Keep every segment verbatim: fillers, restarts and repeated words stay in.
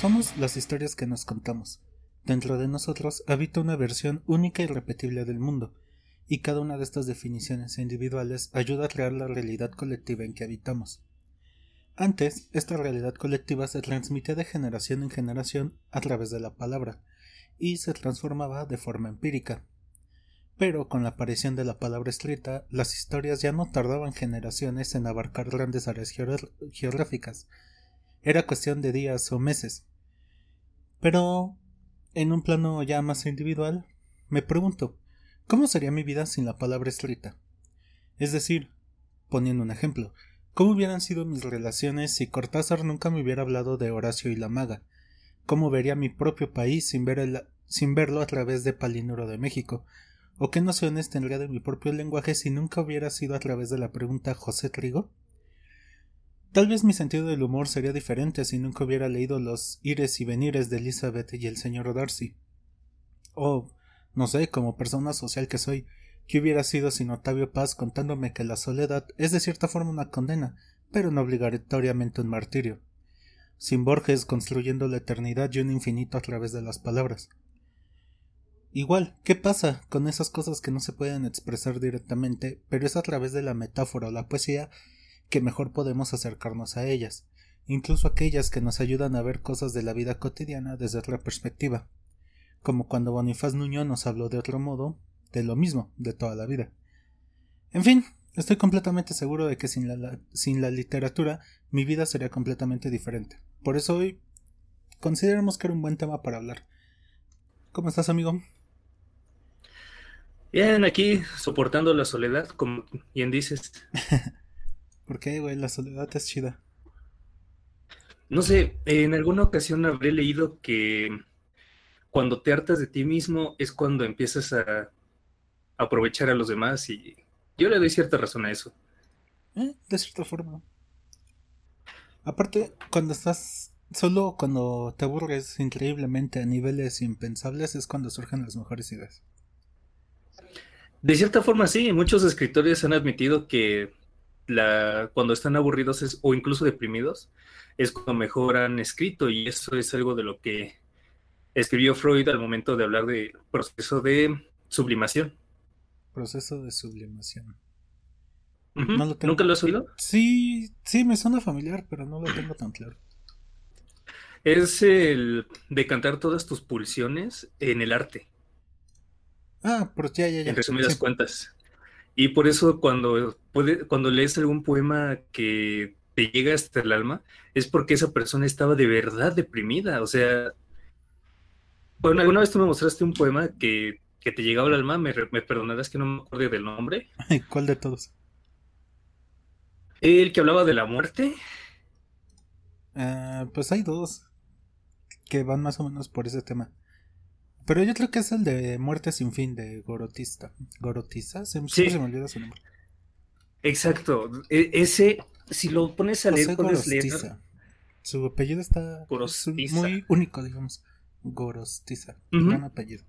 Somos las historias que nos contamos. Dentro de nosotros habita una versión única y repetible del mundo, y cada una de estas definiciones individuales ayuda a crear la realidad colectiva en que habitamos. Antes, esta realidad colectiva se transmitía de generación en generación a través de la palabra, y se transformaba de forma empírica. Pero con la aparición de la palabra escrita, las historias ya no tardaban generaciones en abarcar grandes áreas geográficas. Era cuestión de días o meses. Pero, en un plano ya más individual, me pregunto, ¿cómo sería mi vida sin la palabra escrita? Es decir, poniendo un ejemplo, ¿cómo hubieran sido mis relaciones si Cortázar nunca me hubiera hablado de Horacio y la Maga? ¿Cómo vería mi propio país sin, ver el, sin verlo a través de Palinuro de México? ¿O qué nociones tendría de mi propio lenguaje si nunca hubiera sido a través de la pregunta José Trigo? Tal vez mi sentido del humor sería diferente si nunca hubiera leído los ires y venires de Elizabeth y el señor Darcy. O, no sé, como persona social que soy, ¿qué hubiera sido sin Octavio Paz contándome que la soledad es de cierta forma una condena, pero no obligatoriamente un martirio? Sin Borges construyendo la eternidad y un infinito a través de las palabras. Igual, ¿qué pasa con esas cosas que no se pueden expresar directamente, pero es a través de la metáfora o la poesía que mejor podemos acercarnos a ellas, incluso aquellas que nos ayudan a ver cosas de la vida cotidiana desde otra perspectiva, como cuando Bonifaz Nuño nos habló de otro modo, de lo mismo, de toda la vida. En fin, estoy completamente seguro de que sin la, la, sin la literatura mi vida sería completamente diferente. Por eso hoy consideramos que era un buen tema para hablar. ¿Cómo estás, amigo? Bien, aquí soportando la soledad, como bien dices. ¿Por qué, güey? La soledad es chida. No sé, en alguna ocasión habré leído que cuando te hartas de ti mismo es cuando empiezas a aprovechar a los demás y yo le doy cierta razón a eso. Eh, de cierta forma. Aparte, cuando estás solo, cuando te aburres increíblemente a niveles impensables, es cuando surgen las mejores ideas. De cierta forma sí, muchos escritores han admitido que la, cuando están aburridos es, o incluso deprimidos es cuando mejor han escrito y eso es algo de lo que escribió Freud al momento de hablar del proceso de sublimación. Proceso de sublimación. No Ujú. lo ¿Nunca tengo. lo has oído? Sí, sí, me suena familiar, pero no lo tengo tan claro. Es el decantar todas tus pulsiones en el arte, Ah, pero ya, ya, en ya. resumidas Sí. cuentas. Y por eso cuando, puede, cuando lees algún poema que te llega hasta el alma, es porque esa persona estaba de verdad deprimida. O sea, bueno, alguna vez tú me mostraste un poema que, que te llegaba al alma, me, me perdonarás que no me acuerdo del nombre. ¿Cuál de todos? El que hablaba de la muerte. Ah, pues hay dos que van más o menos por ese tema. Pero yo creo que es el de Muerte sin fin de Gorotista. Gorotiza, Se- siempre se Sí, me olvida su nombre. exacto. E- ese, si lo pones a leer, José puedes leer Gorostiza. Su apellido está. Es un- Gorostiza. muy único, digamos. Gorostiza. Ujú. Gran apellido.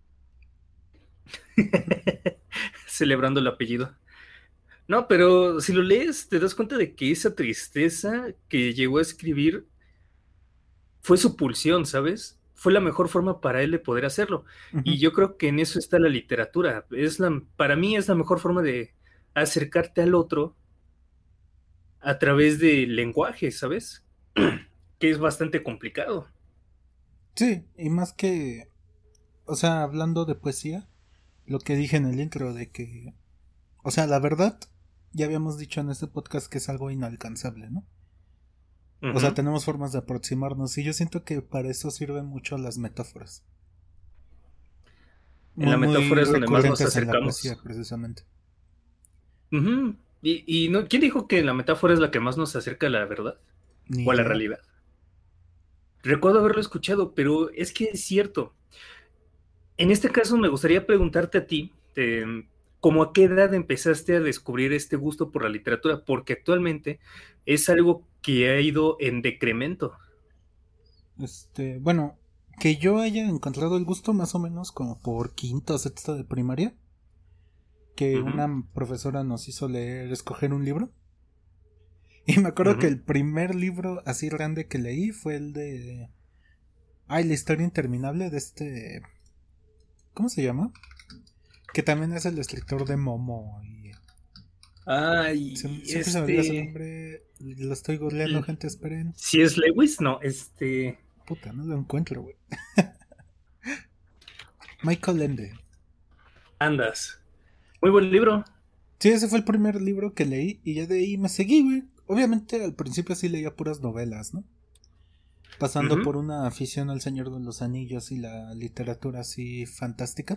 Celebrando el apellido. No, pero si lo lees, te das cuenta de que esa tristeza que llegó a escribir fue su pulsión, ¿sabes? Fue la mejor forma para él de poder hacerlo. Ujú. Y yo creo que en eso está la literatura. Es la, para mí es la mejor forma de acercarte al otro a través del lenguaje, ¿sabes? Que es bastante complicado. Sí, y más que. O sea, hablando de poesía, lo que dije en el intro de que. O sea, la verdad, ya habíamos dicho en este podcast que es algo inalcanzable, ¿no? O sea, Ujú. tenemos formas de aproximarnos y yo siento que para eso sirven mucho las metáforas. En Muy, la muy metáfora es donde más nos recurrentes en la poesía, acercamos. precisamente. Ujú. Y, y no, ¿quién dijo que la metáfora es la que más nos acerca a la verdad Ni o a la idea. realidad? Recuerdo haberlo escuchado, pero es que es cierto. En este caso me gustaría preguntarte a ti, eh, ¿cómo a qué edad empezaste a descubrir este gusto por la literatura? Porque actualmente es algo que ha ido en decremento. Este, bueno, que yo haya encontrado el gusto más o menos como por quinto o sexto de primaria, que Ujú, una profesora nos hizo leer, escoger un libro. Y me acuerdo que ujú. el primer libro así grande que leí fue el de Ay, la historia interminable de este... ¿Cómo se llama? Que también es el escritor de Momo y... Ay, Se- siempre este... se me olvida su nombre. Lo estoy googleando, gente, esperen. Si es Lewis, no, este... Puta, no lo encuentro, güey. Michael Ende. Andas. Muy buen libro. Sí, ese fue el primer libro que leí y ya de ahí me seguí, güey. Obviamente al principio sí leía puras novelas, ¿no? Pasando Ujú. por una afición al Señor de los Anillos y la literatura así fantástica.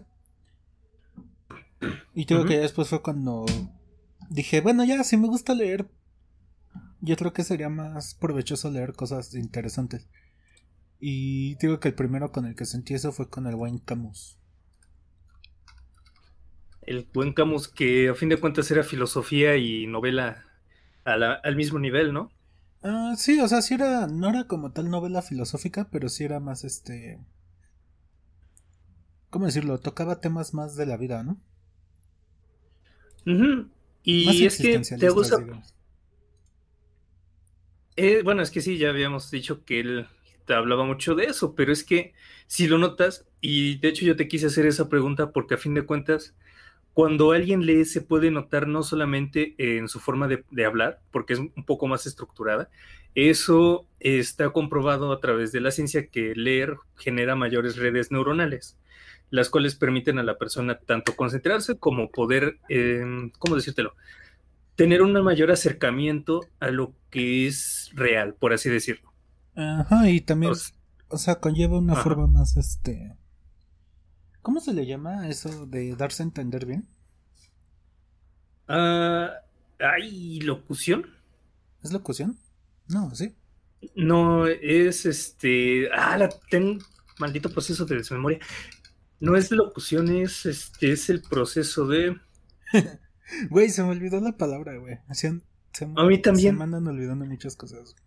Y creo Ujú. que ya después fue cuando dije, bueno, ya, si me gusta leer, yo creo que sería más provechoso leer cosas interesantes. Y digo que el primero con el que sentí eso fue con el buen Camus. El buen Camus, que a fin de cuentas era filosofía y novela a la- al mismo nivel, ¿no? Ah, sí, o sea, sí era, no era como tal novela filosófica, pero sí era más este, ¿cómo decirlo? Tocaba temas más de la vida, ¿no? Ujú. Más Y es que te existencialistas, gusta... digamos. eh, bueno, es que sí, ya habíamos dicho que él te hablaba mucho de eso, pero es que si lo notas, y de hecho yo te quise hacer esa pregunta porque a fin de cuentas cuando alguien lee se puede notar no solamente en su forma de, de hablar, porque es un poco más estructurada, eso está comprobado a través de la ciencia que leer genera mayores redes neuronales, las cuales permiten a la persona tanto concentrarse como poder, eh, ¿cómo decírtelo? Tener un mayor acercamiento a lo que es real, por así decirlo. Ajá, y O también, sea, o sea, conlleva una ajá. forma más este, ¿cómo se le llama eso de darse a entender bien? Ah, ¿hay locución? ¿Es locución? No, sí. No, es este. Ah, la ten... maldito proceso de desmemoria. No es locución, es este, es el proceso de. Güey, se me olvidó la palabra, güey. Hacían- se, A mí se también. me andan olvidando muchas cosas.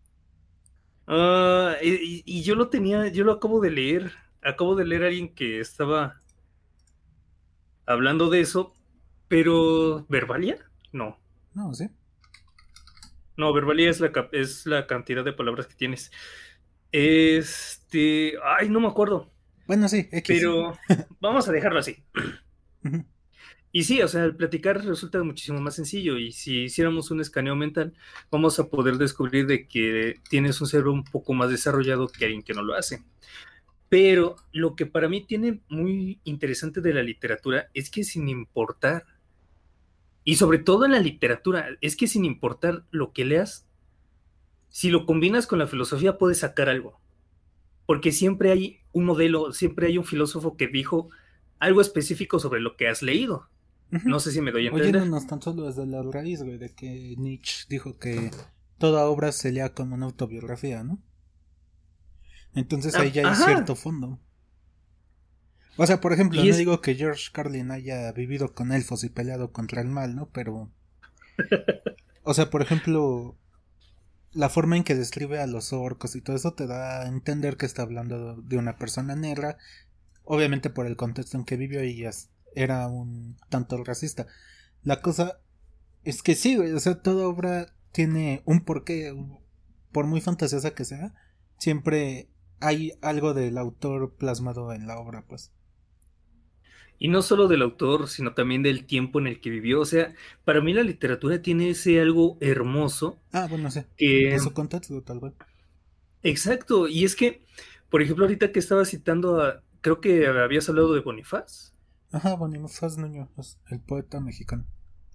Ah, y, y yo lo tenía, yo lo acabo de leer. Acabo de leer a alguien que estaba hablando de eso, pero. ¿Verbalia? No. No, sí. No, verbalia es la, cap- es la cantidad de palabras que tienes. Este. Ay, no me acuerdo. Bueno, sí, X. Pero vamos a dejarlo así. Ujú. Y sí, o sea, el platicar resulta muchísimo más sencillo y si hiciéramos un escaneo mental, vamos a poder descubrir de que tienes un cerebro un poco más desarrollado que alguien que no lo hace. Pero lo que para mí tiene muy interesante de la literatura es que sin importar, y sobre todo en la literatura, es que sin importar lo que leas, si lo combinas con la filosofía puedes sacar algo, porque siempre hay un modelo, siempre hay un filósofo que dijo algo específico sobre lo que has leído. Ujú. No sé si me doy a entender. Oyéndonos tan solo desde la raíz, güey, de que Nietzsche dijo que toda obra se lea como una autobiografía, ¿no? Entonces ahí Ah, ya hay ajá. cierto fondo. O sea, por ejemplo, Y no es, digo que George Carlin haya vivido con elfos y peleado contra el mal, ¿no? Pero, o sea, por ejemplo, la forma en que describe a los orcos y todo eso te da a entender que está hablando de una persona negra, obviamente por el contexto en que vivió y es- era un tanto racista. La cosa es que sí, güey, o sea, toda obra tiene un porqué, por muy fantasiosa que sea, siempre hay algo del autor plasmado en la obra, pues. y no solo del autor, sino también del tiempo en el que vivió. O sea, para mí la literatura tiene ese algo hermoso Ah, bueno, sí, de que, su contexto, tal vez. exacto, y es que, por ejemplo, ahorita que estaba citando a, creo que habías hablado de Bonifaz, Ajá, Bonifaz Nuño, es el poeta mexicano.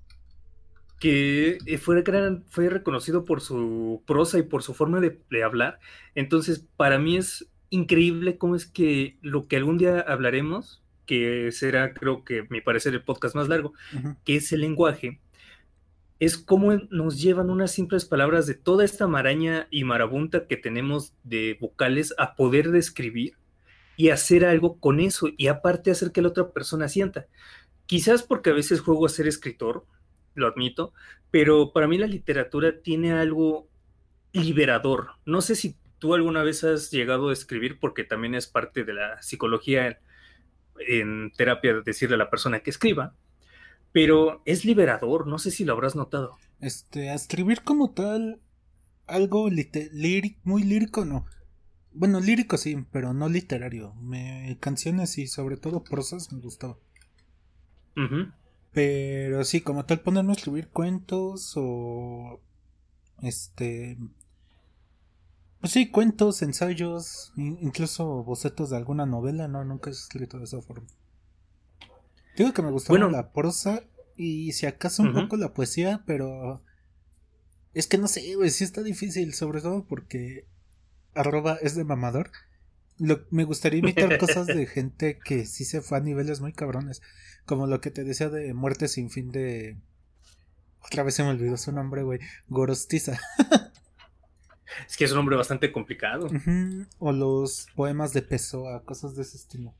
que eh, fue, gran- fue reconocido por su prosa y por su forma de, de hablar. Entonces, para mí es increíble cómo es que lo que algún día hablaremos, que será, creo que, mi parecer, el podcast más largo, Ujú. que es el lenguaje, es cómo nos llevan unas simples palabras de toda esta maraña y marabunta que tenemos de vocales a poder describir y hacer algo con eso y aparte hacer que la otra persona sienta. Quizás porque a veces juego a ser escritor, lo admito, pero para mí la literatura tiene algo liberador. No sé si tú alguna vez has llegado a escribir porque también es parte de la psicología en, en terapia decirle a la persona que escriba, pero es liberador, no sé si lo habrás notado. Este, a escribir como tal, algo lite- líric- muy lírico, no. Bueno, lírico sí, pero no literario. Me, canciones y sobre todo prosas me gustaba. Uh-huh. Pero sí, como tal ponerme a escribir cuentos o este, pues sí, cuentos, ensayos, incluso bocetos de alguna novela, no, nunca he escrito de esa forma. Digo que me gustaba Bueno, la prosa y si acaso un uh-huh. poco la poesía, pero es que no sé, güey, sí está difícil, sobre todo porque arroba es de mamador. Lo, me gustaría imitar cosas de gente que sí se fue a niveles muy cabrones, como lo que te decía de Muerte sin fin de... Otra vez se me olvidó su nombre, güey. Gorostiza. Es que es un hombre bastante complicado. Uh-huh. O los poemas de Pessoa, cosas de ese estilo.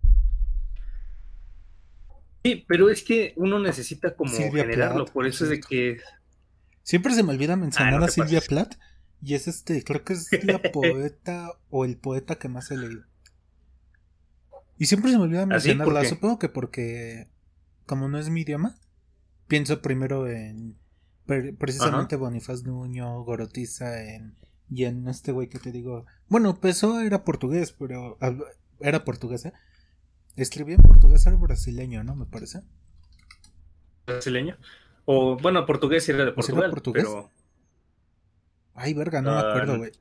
Sí, pero es que uno necesita como Silvia generarlo, Plath, por por eso es de cierto. que... Siempre se me olvida Ah, mencionar no a te Silvia pases. Plath. Y es este, creo que es la poeta o el poeta que más he leído. Y siempre se me olvida ¿Así? ¿Por mencionarla. qué? Supongo que porque, como no es mi idioma, pienso primero en pre- Ajá. precisamente Bonifaz Nuño, Gorotiza, en, y en este güey que te digo. Bueno, Pessoa era portugués, pero habla- era portugués, ¿eh? Escribía en portugués, era brasileño, ¿no? Me parece. Brasileño. O, bueno, portugués era de ¿O si era Portugal, portugués? pero... Ay, verga, no me acuerdo, Uh, güey.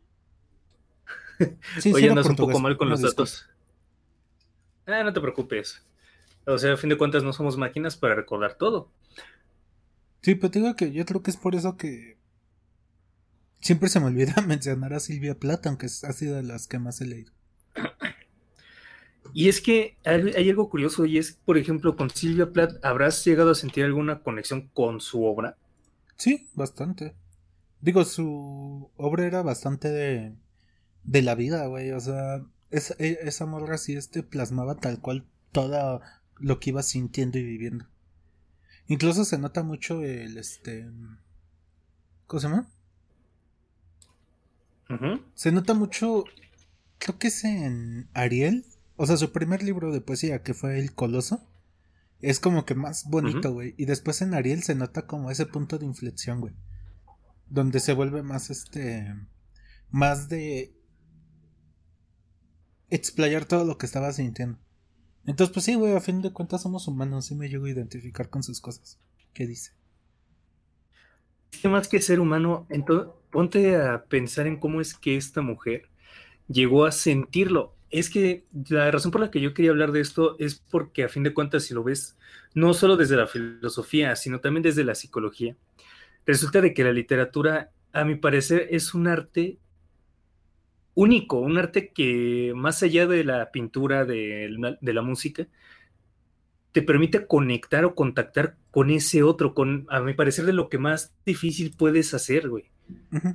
Sí, sí hoy era andas un poco portugués, mal con una los disculpa. datos. Ah, no te preocupes. O sea, a fin de cuentas no somos máquinas para recordar todo. Sí, pero te digo que yo creo que es por eso que siempre se me olvida mencionar a Silvia Plath, aunque ha sido de las que más he leído. Y es que hay, hay algo curioso y es, por ejemplo, con Silvia Plath, ¿habrás llegado a sentir alguna conexión con su obra? Sí, bastante. Digo, su obra era bastante de, de la vida, güey. O sea, esa, e- esa morra sí este plasmaba tal cual todo lo que iba sintiendo y viviendo. Incluso se nota mucho el este. ¿Cómo se llama? Uh-huh. Se nota mucho. Creo que es en Ariel. O sea, su primer libro de poesía, que fue El Coloso. Es como que más Uh-huh. bonito, güey. Y después en Ariel se nota como ese punto de inflexión, güey. Donde se vuelve más este. Más de explayar todo lo que estaba sintiendo. Entonces, pues sí, güey, a fin de cuentas somos humanos, sí me llego a identificar con sus cosas. ¿Qué dice? Es que más que ser humano, entonces ponte a pensar en cómo es que esta mujer llegó a sentirlo. Es que la razón por la que yo quería hablar de esto es porque a fin de cuentas, si lo ves, no solo desde la filosofía, sino también desde la psicología, resulta de que la literatura, a mi parecer, es un arte único, un arte que más allá de la pintura, de la, de la música, te permite conectar o contactar con ese otro, con, a mi parecer, de lo que más difícil puedes hacer, güey. Uh-huh.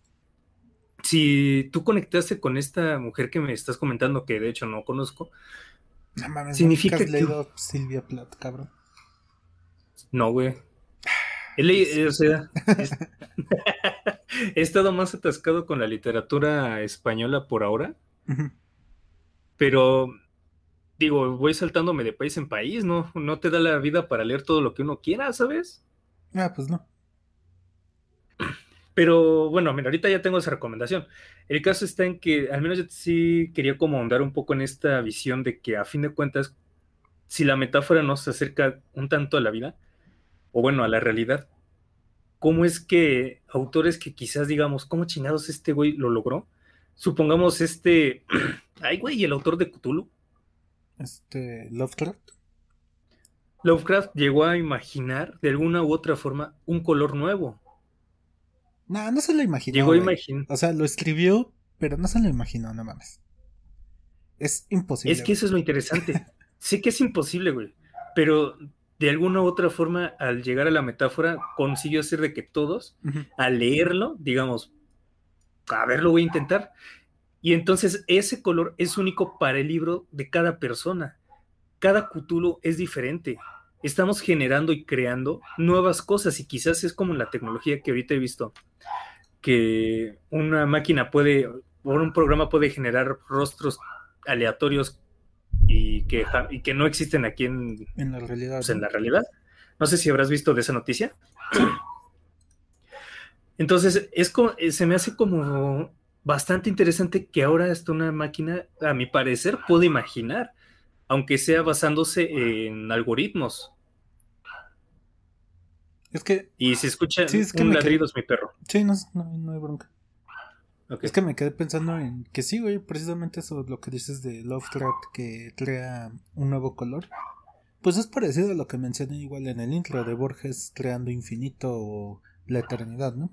Si tú conectaste con esta mujer que me estás comentando, que de hecho no conozco, No mames, ¿no nunca has significa que leído Silvia Plath, cabrón? no, güey. He, Pues, le- o sea, he, he estado más atascado con la literatura española por ahora, uh-huh. pero digo, voy saltándome de país en país, ¿no? No te da la vida para leer todo lo que uno quiera, ¿sabes? Ah, pues no. Pero bueno, mira, ahorita ya tengo esa recomendación. El caso está en que al menos yo sí quería como ahondar un poco en esta visión de que a fin de cuentas, si la metáfora nos acerca un tanto a la vida, o bueno, a la realidad, ¿cómo es que autores que quizás digamos, ¿cómo chingados este güey lo logró? Supongamos este, ay güey, el autor de Cthulhu, Este, Lovecraft. Lovecraft llegó a imaginar de alguna u otra forma un color nuevo. Nah, no se lo imaginó, Llegó a güey. imaginar, O sea, lo escribió, pero no se lo imaginó, no mames. Es es imposible, que güey. eso es lo interesante. Sé que es imposible, güey, pero de alguna u otra forma, al llegar a la metáfora, consiguió hacer de que todos, Uh-huh. al leerlo, digamos, a ver, lo voy a intentar. Y entonces ese color es único para el libro de cada persona. Cada Cthulhu es diferente. Estamos generando y creando nuevas cosas y quizás es como la tecnología que ahorita he visto, que una máquina puede, o un programa puede generar rostros aleatorios y que, y que no existen aquí en, En la realidad, pues en ¿no? la realidad. No sé si habrás visto de esa noticia. Sí. Entonces, es como, se me hace como bastante interesante que ahora hasta una máquina, a mi parecer, puede imaginar, aunque sea basándose en algoritmos. Es que, Y si sí, escuchan es que un me quedé. ladrido es mi perro. Sí, no, no, no hay bronca. Es Ok. que me quedé pensando en que sí, güey, precisamente eso, lo que dices de Lovecraft, que crea un nuevo color. Pues es parecido a lo que mencioné igual en el intro de Borges creando infinito o la eternidad, ¿no?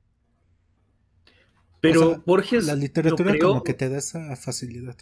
O Pero sea, la Borges lo literatura como que creó te da esa facilidad.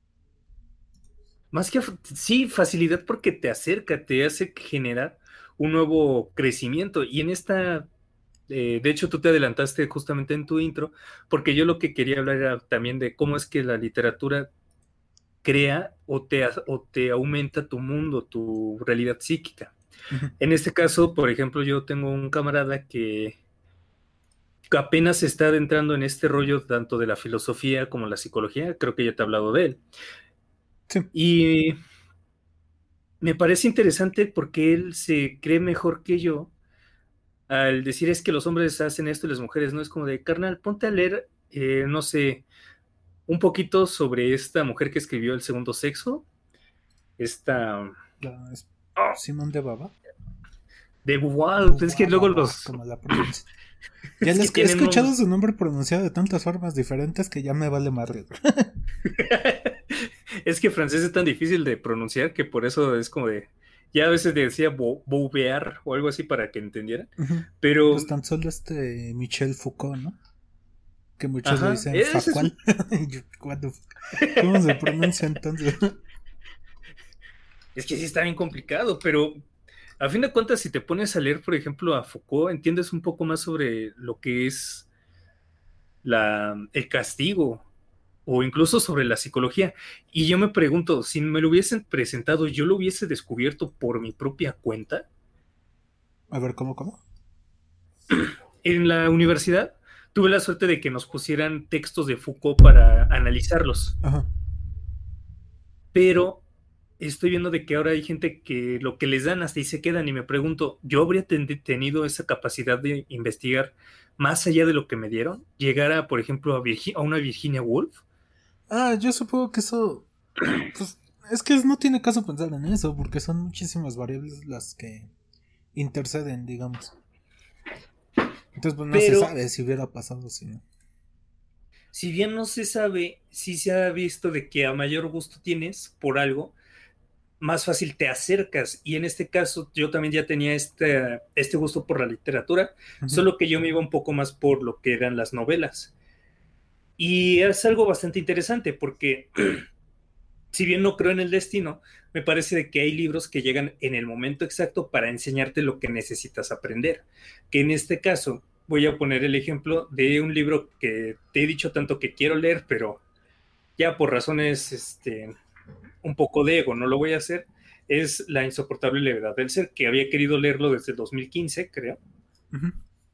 más que, sí, facilidad porque te acerca, te hace generar un nuevo crecimiento. Y en esta, eh, de hecho tú te adelantaste justamente en tu intro, porque yo lo que quería hablar era también de cómo es que la literatura crea o te, o te aumenta tu mundo, tu realidad psíquica. Ujú. En este caso, por ejemplo, yo tengo un camarada que apenas se está adentrando en este rollo tanto de la filosofía como la psicología, creo que ya te he hablado de él. Sí, Y me parece interesante porque él se cree mejor que yo al decir es que los hombres hacen esto y las mujeres no. Es como de, carnal, ponte a leer, eh, no sé, un poquito sobre esta mujer que escribió El segundo sexo, esta... la, es oh, Simón de Baba. de wow, es que Bubá, luego Baba, los... como la pronuncia. Ya es le que he tienen escuchado un... su nombre pronunciado de tantas formas diferentes que ya me vale madre. es que francés es tan difícil de pronunciar que por eso es como de... Ya a veces decía bouvear o algo así para que entendieran. Ujú. Pero, Pues tan solo este Michel Foucault, ¿no? Que muchos le ajá, dicen ese es... Facual. Yo, what the fuck? ¿Cómo se pronuncia entonces? Es que sí está bien complicado, pero a fin de cuentas, si te pones a leer, por ejemplo, a Foucault, entiendes un poco más sobre lo que es la, el castigo o incluso sobre la psicología. Y yo me pregunto, si me lo hubiesen presentado, yo lo hubiese descubierto por mi propia cuenta. A ver, ¿cómo, cómo? En la universidad tuve la suerte de que nos pusieran textos de Foucault para analizarlos, Ajá. pero estoy viendo de que ahora hay gente que lo que les dan hasta ahí se quedan y me pregunto, ¿yo habría ten tenido esa capacidad de investigar más allá de lo que me dieron? ¿Llegar a, por ejemplo, a, Virgi a una Virginia Woolf? Ah, yo supongo que eso. Pues es que no tiene caso pensar en eso, porque son muchísimas variables las que interceden, digamos. Entonces, pues no se Pero sabe si hubiera pasado si no. si bien no se sabe, sí se ha visto de que a mayor gusto tienes por algo, más fácil te acercas. Y en este caso yo también ya tenía este, este gusto por la literatura, Ujú. solo que yo me iba un poco más por lo que eran las novelas. Y es algo bastante interesante porque si bien no creo en el destino, me parece de que hay libros que llegan en el momento exacto para enseñarte lo que necesitas aprender. Que en este caso, voy a poner el ejemplo de un libro que te he dicho tanto que quiero leer, pero ya por razones este, un poco de ego no lo voy a hacer. Es La insoportable levedad del ser, que había querido leerlo desde el dos mil quince, creo. Ujú.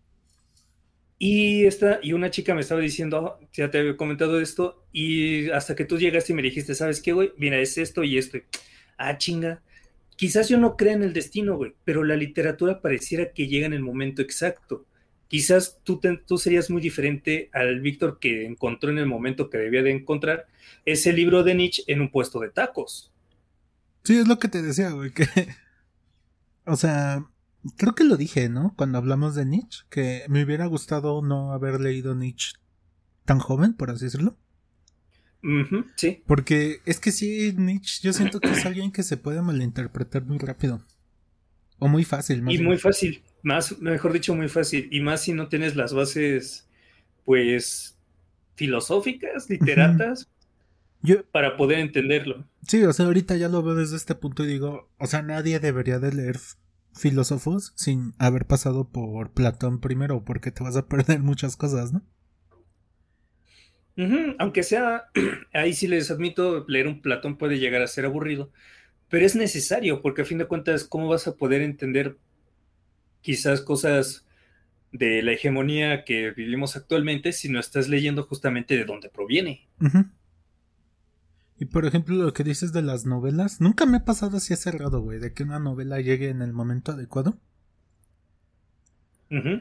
Y, esta, y una chica me estaba diciendo, oh, ya te había comentado esto, y hasta que tú llegaste y me dijiste, ¿sabes qué, güey? Mira, es esto y esto. Ah, chinga. Quizás yo no crea en el destino, güey, pero la literatura pareciera que llega en el momento exacto. Quizás tú, te, tú serías muy diferente al Víctor que encontró en el momento que debía de encontrar ese libro de Nietzsche en un puesto de tacos. Sí, es lo que te decía, güey, que. O sea, creo que lo dije, ¿no? Cuando hablamos de Nietzsche, que me hubiera gustado no haber leído Nietzsche tan joven, por así decirlo. Uh -huh, sí. Porque es que sí, Nietzsche, yo siento que es alguien que se puede malinterpretar muy rápido. O muy fácil, más Y bien. muy fácil, más, mejor dicho, muy fácil. Y más si no tienes las bases, pues, filosóficas, Ujú. literatas, Yo, para poder entenderlo. sí, o sea, ahorita ya lo veo desde este punto y digo, o sea, nadie debería de leer f- filósofos sin haber pasado por Platón primero, porque te vas a perder muchas cosas, ¿no? Uh -huh, aunque sea, ahí sí les admito, leer un Platón puede llegar a ser aburrido, pero es necesario, porque a fin de cuentas, ¿cómo vas a poder entender quizás cosas de la hegemonía que vivimos actualmente si no estás leyendo justamente de dónde proviene? Ujú. Y por ejemplo, lo que dices de las novelas, nunca me ha pasado así cerrado, güey, de que una novela llegue en el momento adecuado. Uh -huh.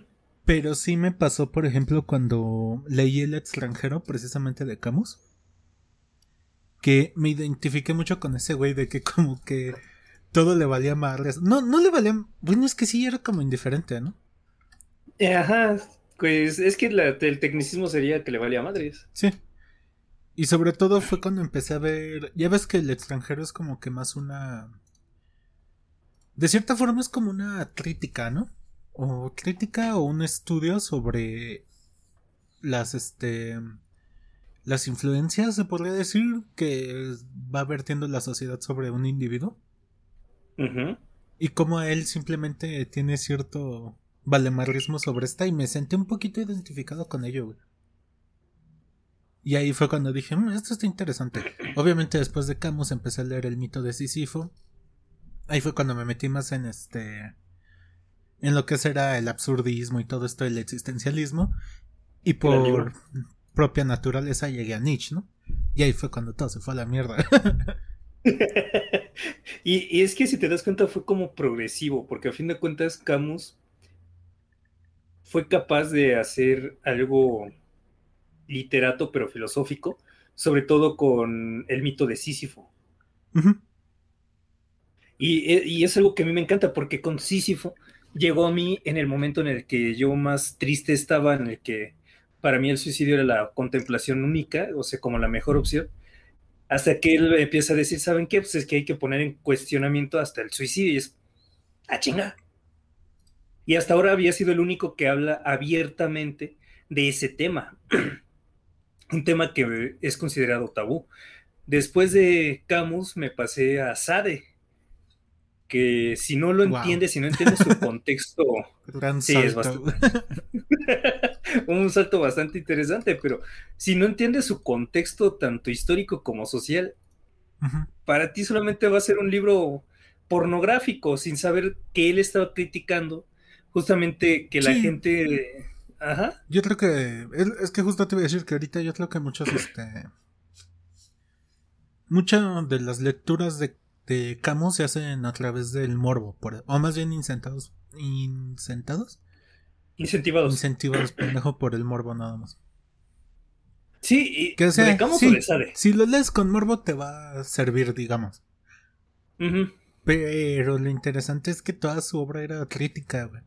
Pero sí me pasó, por ejemplo, cuando leí El extranjero, precisamente de Camus, que me identifiqué mucho con ese güey de que como que todo le valía madres. No, no le valía... Bueno, es que sí era como indiferente, ¿no? Eh, Ajá, pues es que la- el tecnicismo sería que le valía madres. Sí. Y sobre todo fue cuando empecé a ver... Ya ves que El extranjero es como que más una... De cierta forma es como una crítica, ¿no? O crítica o un estudio sobre las, este... las influencias, se podría decir, que va vertiendo la sociedad sobre un individuo. Ujú. Y cómo él simplemente tiene cierto valemadrismo sobre esta y me sentí un poquito identificado con ello, güey. Y ahí fue cuando dije, mmm, esto está interesante. Obviamente después de Camus empecé a leer el mito de Sísifo. Ahí fue cuando me metí más en este... en lo que será el absurdismo y todo esto del existencialismo. Y La libro. por propia naturaleza llegué a Nietzsche, ¿no? Y ahí fue cuando todo se fue a la mierda. y, y es que si te das cuenta fue como progresivo, porque a fin de cuentas Camus fue capaz de hacer algo literato pero filosófico, sobre todo con el mito de Sísifo. Ujú. Y, eh, y es algo que a mí me encanta porque con Sísifo llegó a mí en el momento en el que yo más triste estaba, en el que para mí el suicidio era la contemplación única, o sea, como la mejor opción, hasta que él empieza a decir, ¿saben qué? Pues es que hay que poner en cuestionamiento hasta el suicidio y es, ¡ah, chinga! Y hasta ahora había sido el único que habla abiertamente de ese tema, un tema que es considerado tabú. Después de Camus me pasé a Sade, que si no lo Wow. entiendes, si no entiendes su contexto, Gran sí, es salto. bastante, un salto bastante interesante, pero si no entiendes su contexto tanto histórico como social, Ujú. para ti solamente va a ser un libro pornográfico, sin saber que él estaba criticando justamente que la Sí, gente... Ajá. yo creo que... Es, es que justo te iba a decir que ahorita yo creo que muchos, este... Muchas de las lecturas de, de Camus se hacen a través del morbo, por, o más bien incentados. ¿Incentados? Incentivados. Incentivados, pendejo, por el morbo nada más. Sí, Que o y ¿de sea, Camus o de sí, Sade? si lo lees con morbo te va a servir, digamos. Ujú. Pero lo interesante es que toda su obra era crítica, güey.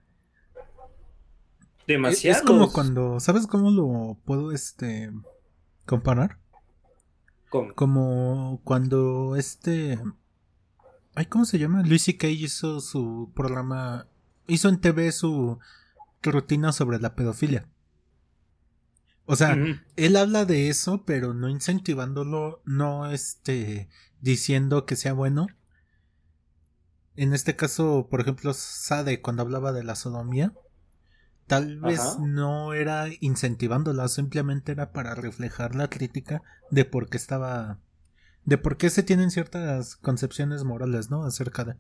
E- Es como Demasiados. cuando, ¿sabes cómo lo puedo, este, comparar? Con... Como cuando este... Ay, ¿cómo se llama? Louis C K hizo su programa... Hizo en T V su rutina sobre la pedofilia. O sea, Ujú. él habla de eso, pero no incentivándolo, no este... diciendo que sea bueno. En este caso, por ejemplo, Sade, cuando hablaba de la sodomía, tal vez Ajá. no era incentivándola, simplemente era para reflejar la crítica de por qué estaba... de por qué se tienen ciertas concepciones morales, ¿no? Acerca de...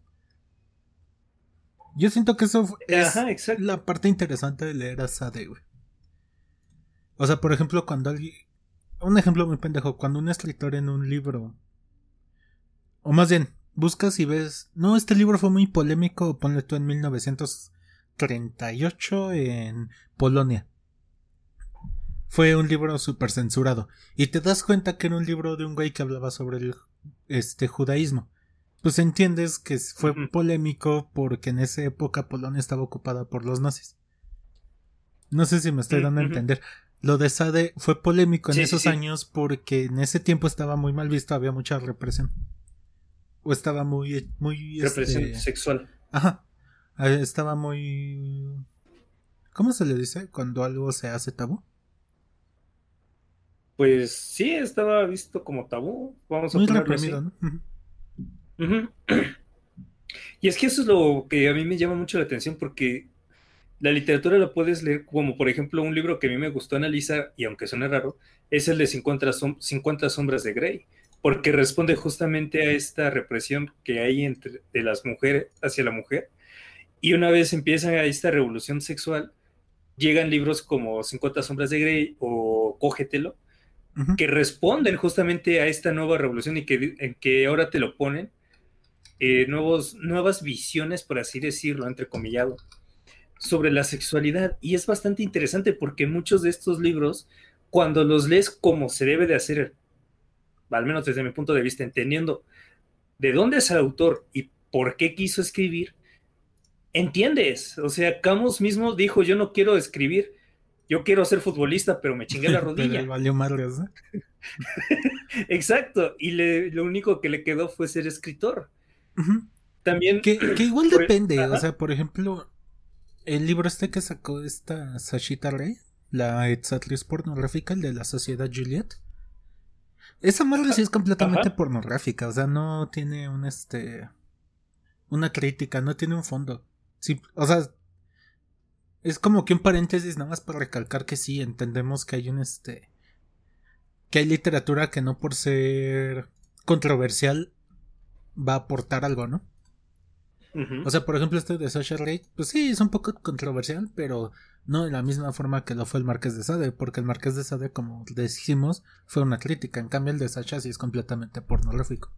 Yo siento que eso es Ajá, exacto. la parte interesante de leer a Sade, güey. O sea, por ejemplo, cuando alguien... Un ejemplo muy pendejo, cuando un escritor en un libro... O más bien, buscas y ves... No, este libro fue muy polémico, ponle tú en mil novecientos treinta y ocho en Polonia. Fue un libro súper censurado. Y te das cuenta que era un libro de un güey que hablaba sobre el este judaísmo. Pues entiendes que fue Ujú. polémico porque en esa época Polonia estaba ocupada por los nazis. No sé si me estoy dando a Ujú. entender. Lo de Sade fue polémico en Sí, sí, esos sí. años porque en ese tiempo estaba muy mal visto, había mucha represión. O estaba muy, muy, Represión este... sexual. Ajá. Eh, Estaba muy... ¿Cómo se le dice cuando algo se hace tabú? Pues sí, estaba visto como tabú, vamos a Muy ponerlo reprimido, así. ¿no? Ujú. Ujú. Y es que eso es lo que a mí me llama mucho la atención porque la literatura la puedes leer como, por ejemplo, un libro que a mí me gustó analizar, y aunque suene raro, es el de cincuenta, som- cincuenta sombras de Grey, porque responde justamente a esta represión que hay entre, de las mujeres hacia la mujer. Y una vez empieza esta revolución sexual, llegan libros como cincuenta sombras de Grey o Cógetelo, Ujú. que responden justamente a esta nueva revolución y que, en que ahora te lo ponen eh, nuevos, nuevas visiones, por así decirlo, entrecomillado, sobre la sexualidad y es bastante interesante porque muchos de estos libros, cuando los lees como se debe de hacer, al menos desde mi punto de vista, entendiendo de dónde es el autor y por qué quiso escribir, entiendes. O sea, Camus mismo dijo, yo no quiero escribir, yo quiero ser futbolista, pero me chingué la Pero le rodilla. valió madres, ¿no? Exacto, y le, lo único que le quedó fue ser escritor. Ujú. También... Que, que igual por el- depende, o Ajá, sea, por ejemplo, el libro este que sacó esta Sashita Rey, la ex actriz pornográfica, el de la Sociedad Juliet. Esa madre sí es completamente ajá. pornográfica, o sea, no tiene un este una crítica, no tiene un fondo. Sí, o sea, es como que un paréntesis nada más para recalcar que sí entendemos que hay un este que hay literatura que no por ser controversial va a aportar algo, ¿no? O Ujú. sea, por ejemplo, este de Sasha Rey, pues sí, es un poco controversial, pero no de la misma forma que lo fue el Marqués de Sade, porque el Marqués de Sade, como decimos, fue una crítica. En cambio, el de Sasha sí es completamente pornográfico.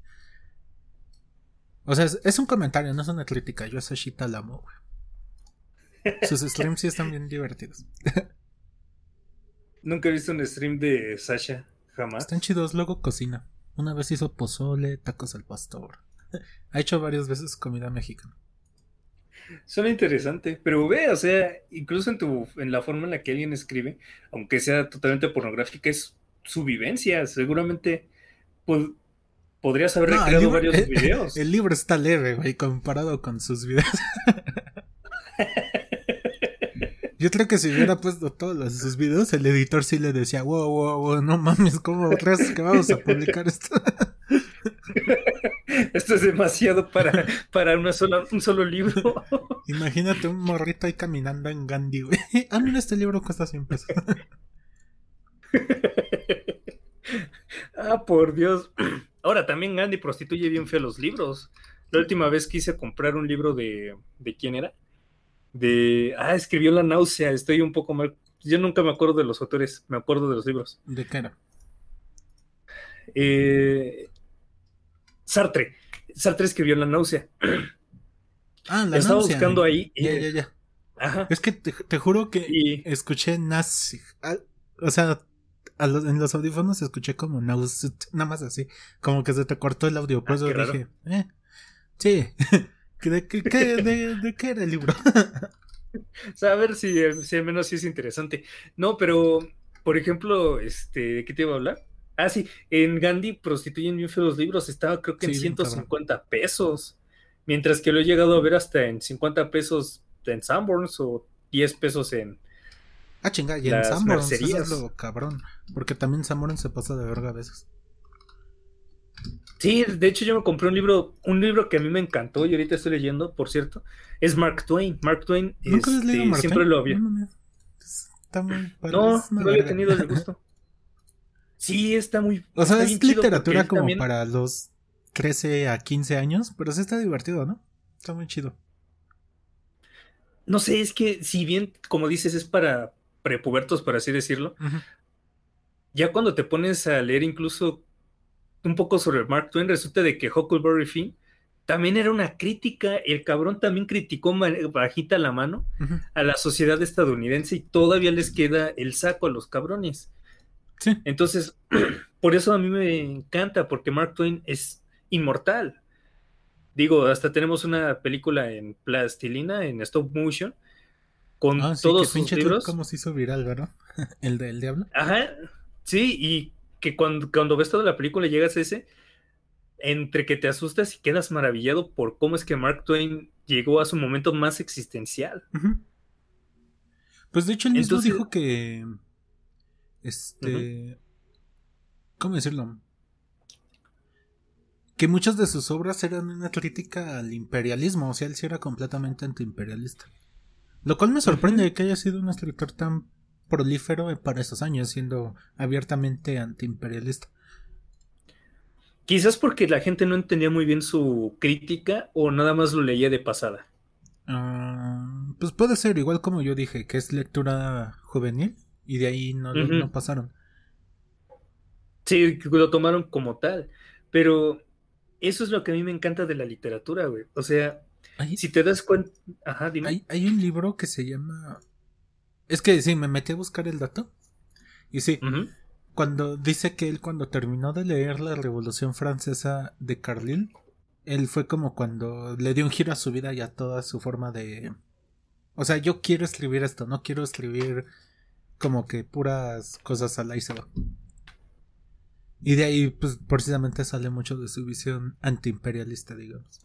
O sea, es, es un comentario, no es una crítica. Yo a Sashita la amo, güey. Sus streams sí están bien divertidos. Nunca he visto un stream de Sasha, Están jamás. chidos, luego cocina. Una vez hizo pozole, tacos al pastor. Ha hecho varias veces comida mexicana. Suena interesante, pero ve, o sea, incluso en tu, en la forma en la que alguien escribe, aunque sea totalmente pornográfica, es su vivencia. Seguramente pod- podrías haber No, el recreado libro, varios videos. el libro está leve, güey, comparado con sus videos. Yo creo que si hubiera puesto todos los- sus videos, el editor sí le decía, wow, wow, wow, no mames, ¿cómo crees que vamos a publicar esto? Esto es demasiado para, para una sola, un solo libro. Imagínate un morrito ahí caminando en Gandhi, güey. Ah, mira, este libro cuesta cien pesos. Ah, por Dios. Ahora también Gandhi prostituye bien feo los libros. La última vez quise comprar un libro de... ¿De quién era? De... Ah, escribió La náusea. Estoy un poco mal. Yo nunca me acuerdo de los autores, me acuerdo de los libros. ¿De qué era? Eh, Sartre. Sartre escribió La náusea. Ah, la Estaba náusea. buscando ahí. Ya, eh, ya, ya. ajá. Es que te, te juro que Y... escuché nazi. ah, O sea, a los- en los audífonos escuché como náusea, nada más así. Como que se te cortó el audio. Por Ah, eso qué raro. dije, eh, sí. ¿De qué, qué- de, de qué era el libro? O sea, a ver si, si al menos sí es interesante. No, pero, por ejemplo, este, ¿de qué te iba a hablar? Ah, sí, en Gandhi prostituyen bien feos los libros, estaba creo que en Sí, bien ciento cabrón. cincuenta pesos, mientras que lo he llegado a ver hasta en cincuenta pesos en Sanborns o diez pesos en Ah, chinga, y en las Sanborns, eso es mercerías. lo cabrón. Porque también Sanborns se pasa de verga a veces. Sí, de hecho yo me compré un libro, un libro que a mí me encantó y ahorita estoy leyendo, por cierto, es Mark Twain. Mark Twain, ¿Nunca habías leído este, siempre Martín? lo No había. mames. Está muy padre, No, es una no había verga. tenido el gusto. Sí, está muy, O sea, está bien es chido porque literatura él como también. para los trece a quince años, pero sí está divertido, ¿no? Está muy chido. No sé, es que si bien, como dices, es para prepubertos, por así decirlo, Ujú. ya cuando te pones a leer incluso un poco sobre Mark Twain, resulta de que Huckleberry Finn también era una crítica, el cabrón también criticó bajita la mano Ujú. a la sociedad estadounidense y todavía les queda el saco a los cabrones. Sí. Entonces, por eso a mí me encanta, porque Mark Twain es inmortal. Digo, hasta tenemos una película en plastilina, en stop motion, con Ah, sí, que todos sus pinche clip libros. como se hizo viral, ¿verdad? El del diablo. Ajá, sí, y que cuando, cuando ves toda la película y llegas a ese, entre que te asustas y quedas maravillado por cómo es que Mark Twain llegó a su momento más existencial. Ujú. Pues de hecho él mismo Entonces, dijo que... ujú, Este... ¿Cómo decirlo? Que muchas de sus obras eran una crítica al imperialismo, o sea, él sí era completamente antiimperialista. Lo cual me ujú. sorprende que haya sido un escritor tan prolífero para esos años, siendo abiertamente antiimperialista. Quizás porque la gente no entendía muy bien su crítica o nada más lo leía de pasada. Uh, pues puede ser, igual como yo dije, que es lectura juvenil y de ahí no, no Ujú. pasaron. Sí, lo tomaron como tal, pero eso es lo que a mí me encanta de la literatura, güey. O sea, Hay, Si te das cuenta... Ajá, dime. hay, hay un libro que se llama... Es que sí, me metí a buscar el dato. Y sí, Uh-huh. cuando dice que él cuando terminó de leer La Revolución Francesa de Carlyle, él fue como cuando le dio un giro a su vida y a toda su forma de... O sea, yo quiero escribir esto, no quiero escribir como que puras cosas al iceberg. Y de ahí, pues, precisamente sale mucho de su visión antiimperialista, digamos.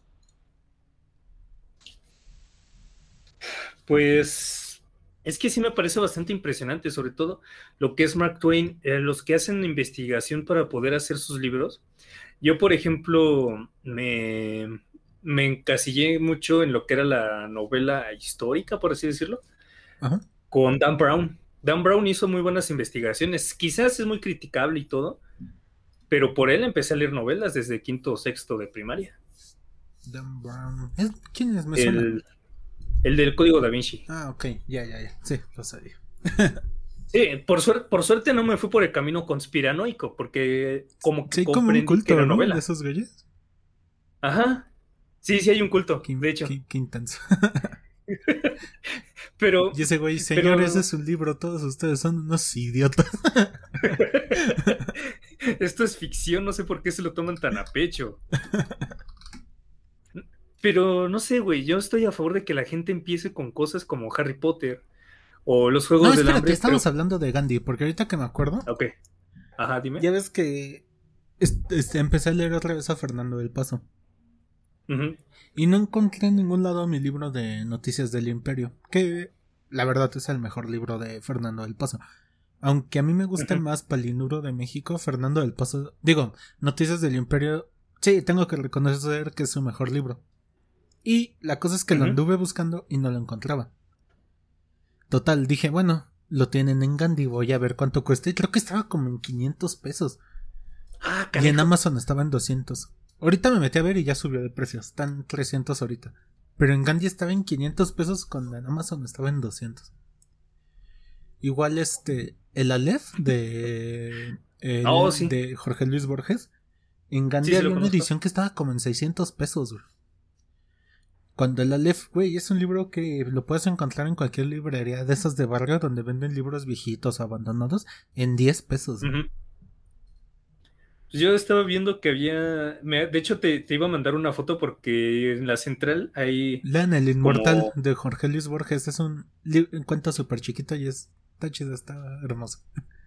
Pues es que sí me parece bastante impresionante, sobre todo lo que es Mark Twain, eh, los que hacen investigación para poder hacer sus libros. Yo, por ejemplo, me, me encasillé mucho en lo que era la novela histórica, por así decirlo, Ajá. con Dan Brown. Dan Brown hizo muy buenas investigaciones, quizás es muy criticable y todo, pero por él empecé a leer novelas desde quinto o sexto de primaria. Dan Brown. ¿Es? ¿Quién es? Me suena. El, el del Código Da Vinci. Ah, ok, ya, ya, ya. Sí, lo sabía. Sí, por, suer por suerte no me fui por el camino conspiranoico, porque como que Sí, como un comprendí culto, que era ¿no? novela. De esos güeyes. Ajá. Sí, sí hay un culto, Qué, de hecho. qué, qué intenso. Pero, Y ese güey, señor, pero... ese es un libro, todos ustedes son unos idiotas. Esto es ficción, no sé por qué se lo toman tan a pecho. Pero no sé, güey, yo estoy a favor de que la gente empiece con cosas como Harry Potter o los No, Juegos del espérate, Hambre, estamos pero... hablando de Gandhi, porque ahorita que me acuerdo, Ok, ajá, dime. ya ves que este, este, empecé a leer otra vez a Fernando del Paso. Uh-huh. Y no encontré en ningún lado mi libro de Noticias del Imperio, que la verdad es el mejor libro de Fernando del Paso. Aunque a mí me gusta Uh-huh. más Palinuro de México, Fernando del Paso... Digo, Noticias del Imperio... Sí, tengo que reconocer que es su mejor libro. Y la cosa es que Uh-huh. lo anduve buscando y no lo encontraba. Total, dije, bueno, lo tienen en Gandhi, voy a ver cuánto cuesta. Y creo que estaba como en quinientos pesos. Ah, Y en carajo. Amazon estaba en doscientos. Ahorita me metí a ver y ya subió de precio. Están trescientos ahorita. Pero en Gandhi estaba en quinientos pesos, cuando en Amazon estaba en doscientos. Igual este... El Aleph de... El, Oh, sí. de Jorge Luis Borges. En Gandhi Sí, sí, había lo una conozco. edición que estaba como en seiscientos pesos, güey. Cuando el Aleph, güey, es un libro que lo puedes encontrar en cualquier librería de esas de barrio donde venden libros viejitos abandonados en diez pesos. Güey. Uh-huh. Yo estaba viendo que había... Me, de hecho, te, te iba a mandar una foto porque en la central hay Lean El Inmortal como... de Jorge Luis Borges. Es un, li- un cuento súper chiquito y es, está chido, está hermoso.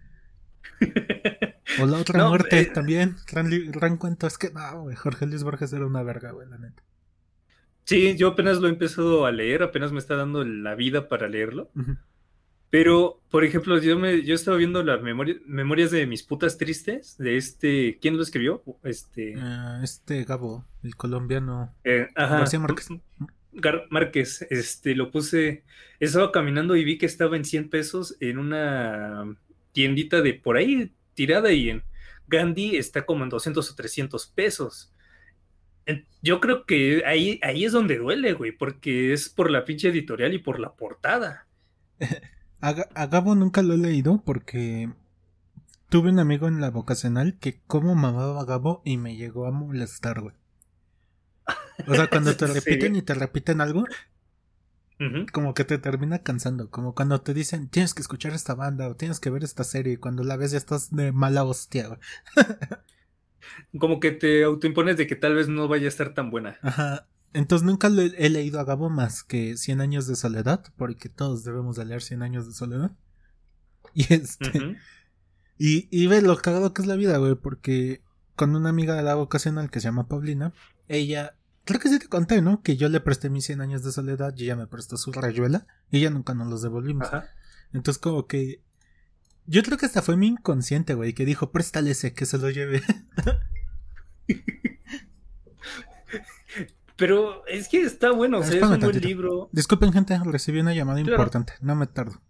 O La Otra No, Muerte eh, también. Gran, li- gran cuento. Es que no, güey, Jorge Luis Borges era una verga, güey, la neta. sí, yo apenas lo he empezado a leer, apenas me está dando la vida para leerlo. Ujú. Pero, por ejemplo, yo me, yo estaba viendo las memoria, memorias de mis putas tristes, de este, ¿quién lo escribió? Este, Ah, este Gabo, el colombiano eh, García ajá, Márquez. Gar Márquez, este, lo puse, estaba caminando y vi que estaba en cien pesos en una tiendita de por ahí tirada y en Gandhi está como en doscientos o trescientos pesos. En- Yo creo que ahí, ahí es donde duele, güey, porque es por la pinche editorial y por la portada. A, Ga- a Gabo nunca lo he leído porque tuve un amigo en la vocacional que como mamaba a Gabo y me llegó a molestar, güey. O sea, cuando te ¿En repiten serio? y te repiten algo, Ujú. como que te termina cansando. Como cuando te dicen, tienes que escuchar esta banda o tienes que ver esta serie y cuando la ves ya estás de mala hostia, güey. Como que te autoimpones de que tal vez no vaya a estar tan buena. Ajá. Entonces nunca lo he, he leído a Gabo más que Cien años de soledad, porque todos debemos de leer Cien años de soledad. Y este... Ujú. Y, y ve lo cagado que es la vida, güey, porque con una amiga de la vocacional que se llama Paulina, ella, creo que sí te conté, ¿no? Que yo le presté mis cien años de soledad y ella me prestó su rayuela y ella nunca nos los devolvimos. Ajá. Entonces como que... Yo creo que hasta fue mi inconsciente, güey, que dijo, préstale ese, que se lo lleve. Pero es que está bueno, o sea, es Espérame un buen tantito. libro. Disculpen, gente, recibí una llamada Claro. importante, no me tardo.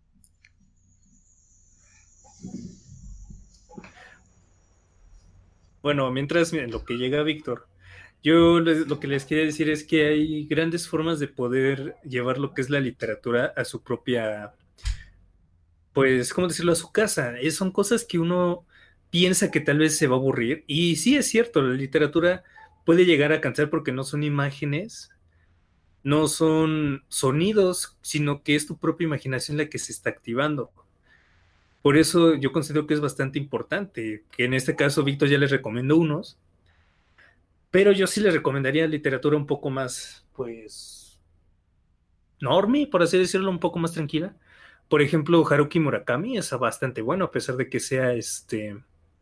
Bueno, mientras en lo que llega Víctor, yo les- lo que les quería decir es que hay grandes formas de poder llevar lo que es la literatura a su propia, pues, ¿cómo decirlo? A su casa. Eh, son cosas que uno piensa que tal vez se va a aburrir. Y sí es cierto, la literatura puede llegar a cansar porque no son imágenes, no son sonidos, sino que es tu propia imaginación la que se está activando. Por eso yo considero que es bastante importante, que en este caso Víctor ya les recomiendo unos, pero yo sí les recomendaría literatura un poco más, pues, normie, por así decirlo, un poco más tranquila. Por ejemplo, Haruki Murakami es bastante bueno, a pesar de que sea este,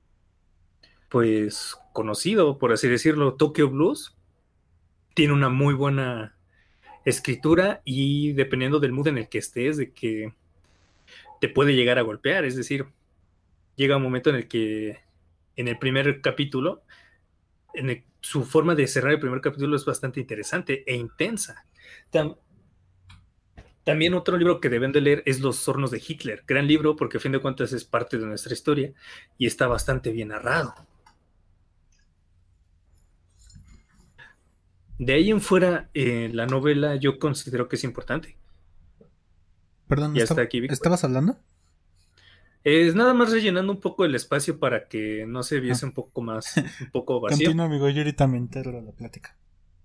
pues, conocido, por así decirlo. Tokyo Blues tiene una muy buena escritura y dependiendo del mood en el que estés, de que te puede llegar a golpear. Es decir, llega un momento en el que en el primer capítulo, en el, su forma de cerrar el primer capítulo es bastante interesante e intensa. Tam, también otro libro que deben de leer es Los Hornos de Hitler. Gran libro porque a fin de cuentas es parte de nuestra historia y está bastante bien narrado. De ahí en fuera, eh, la novela yo considero que es importante. Perdón, Ya ¿estaba, está aquí, Víctor. ¿estabas hablando? Es nada más rellenando un poco el espacio para que no se Ah. viese un poco más, un poco vacío. Continúa, amigo, yo ahorita me entero de la plática.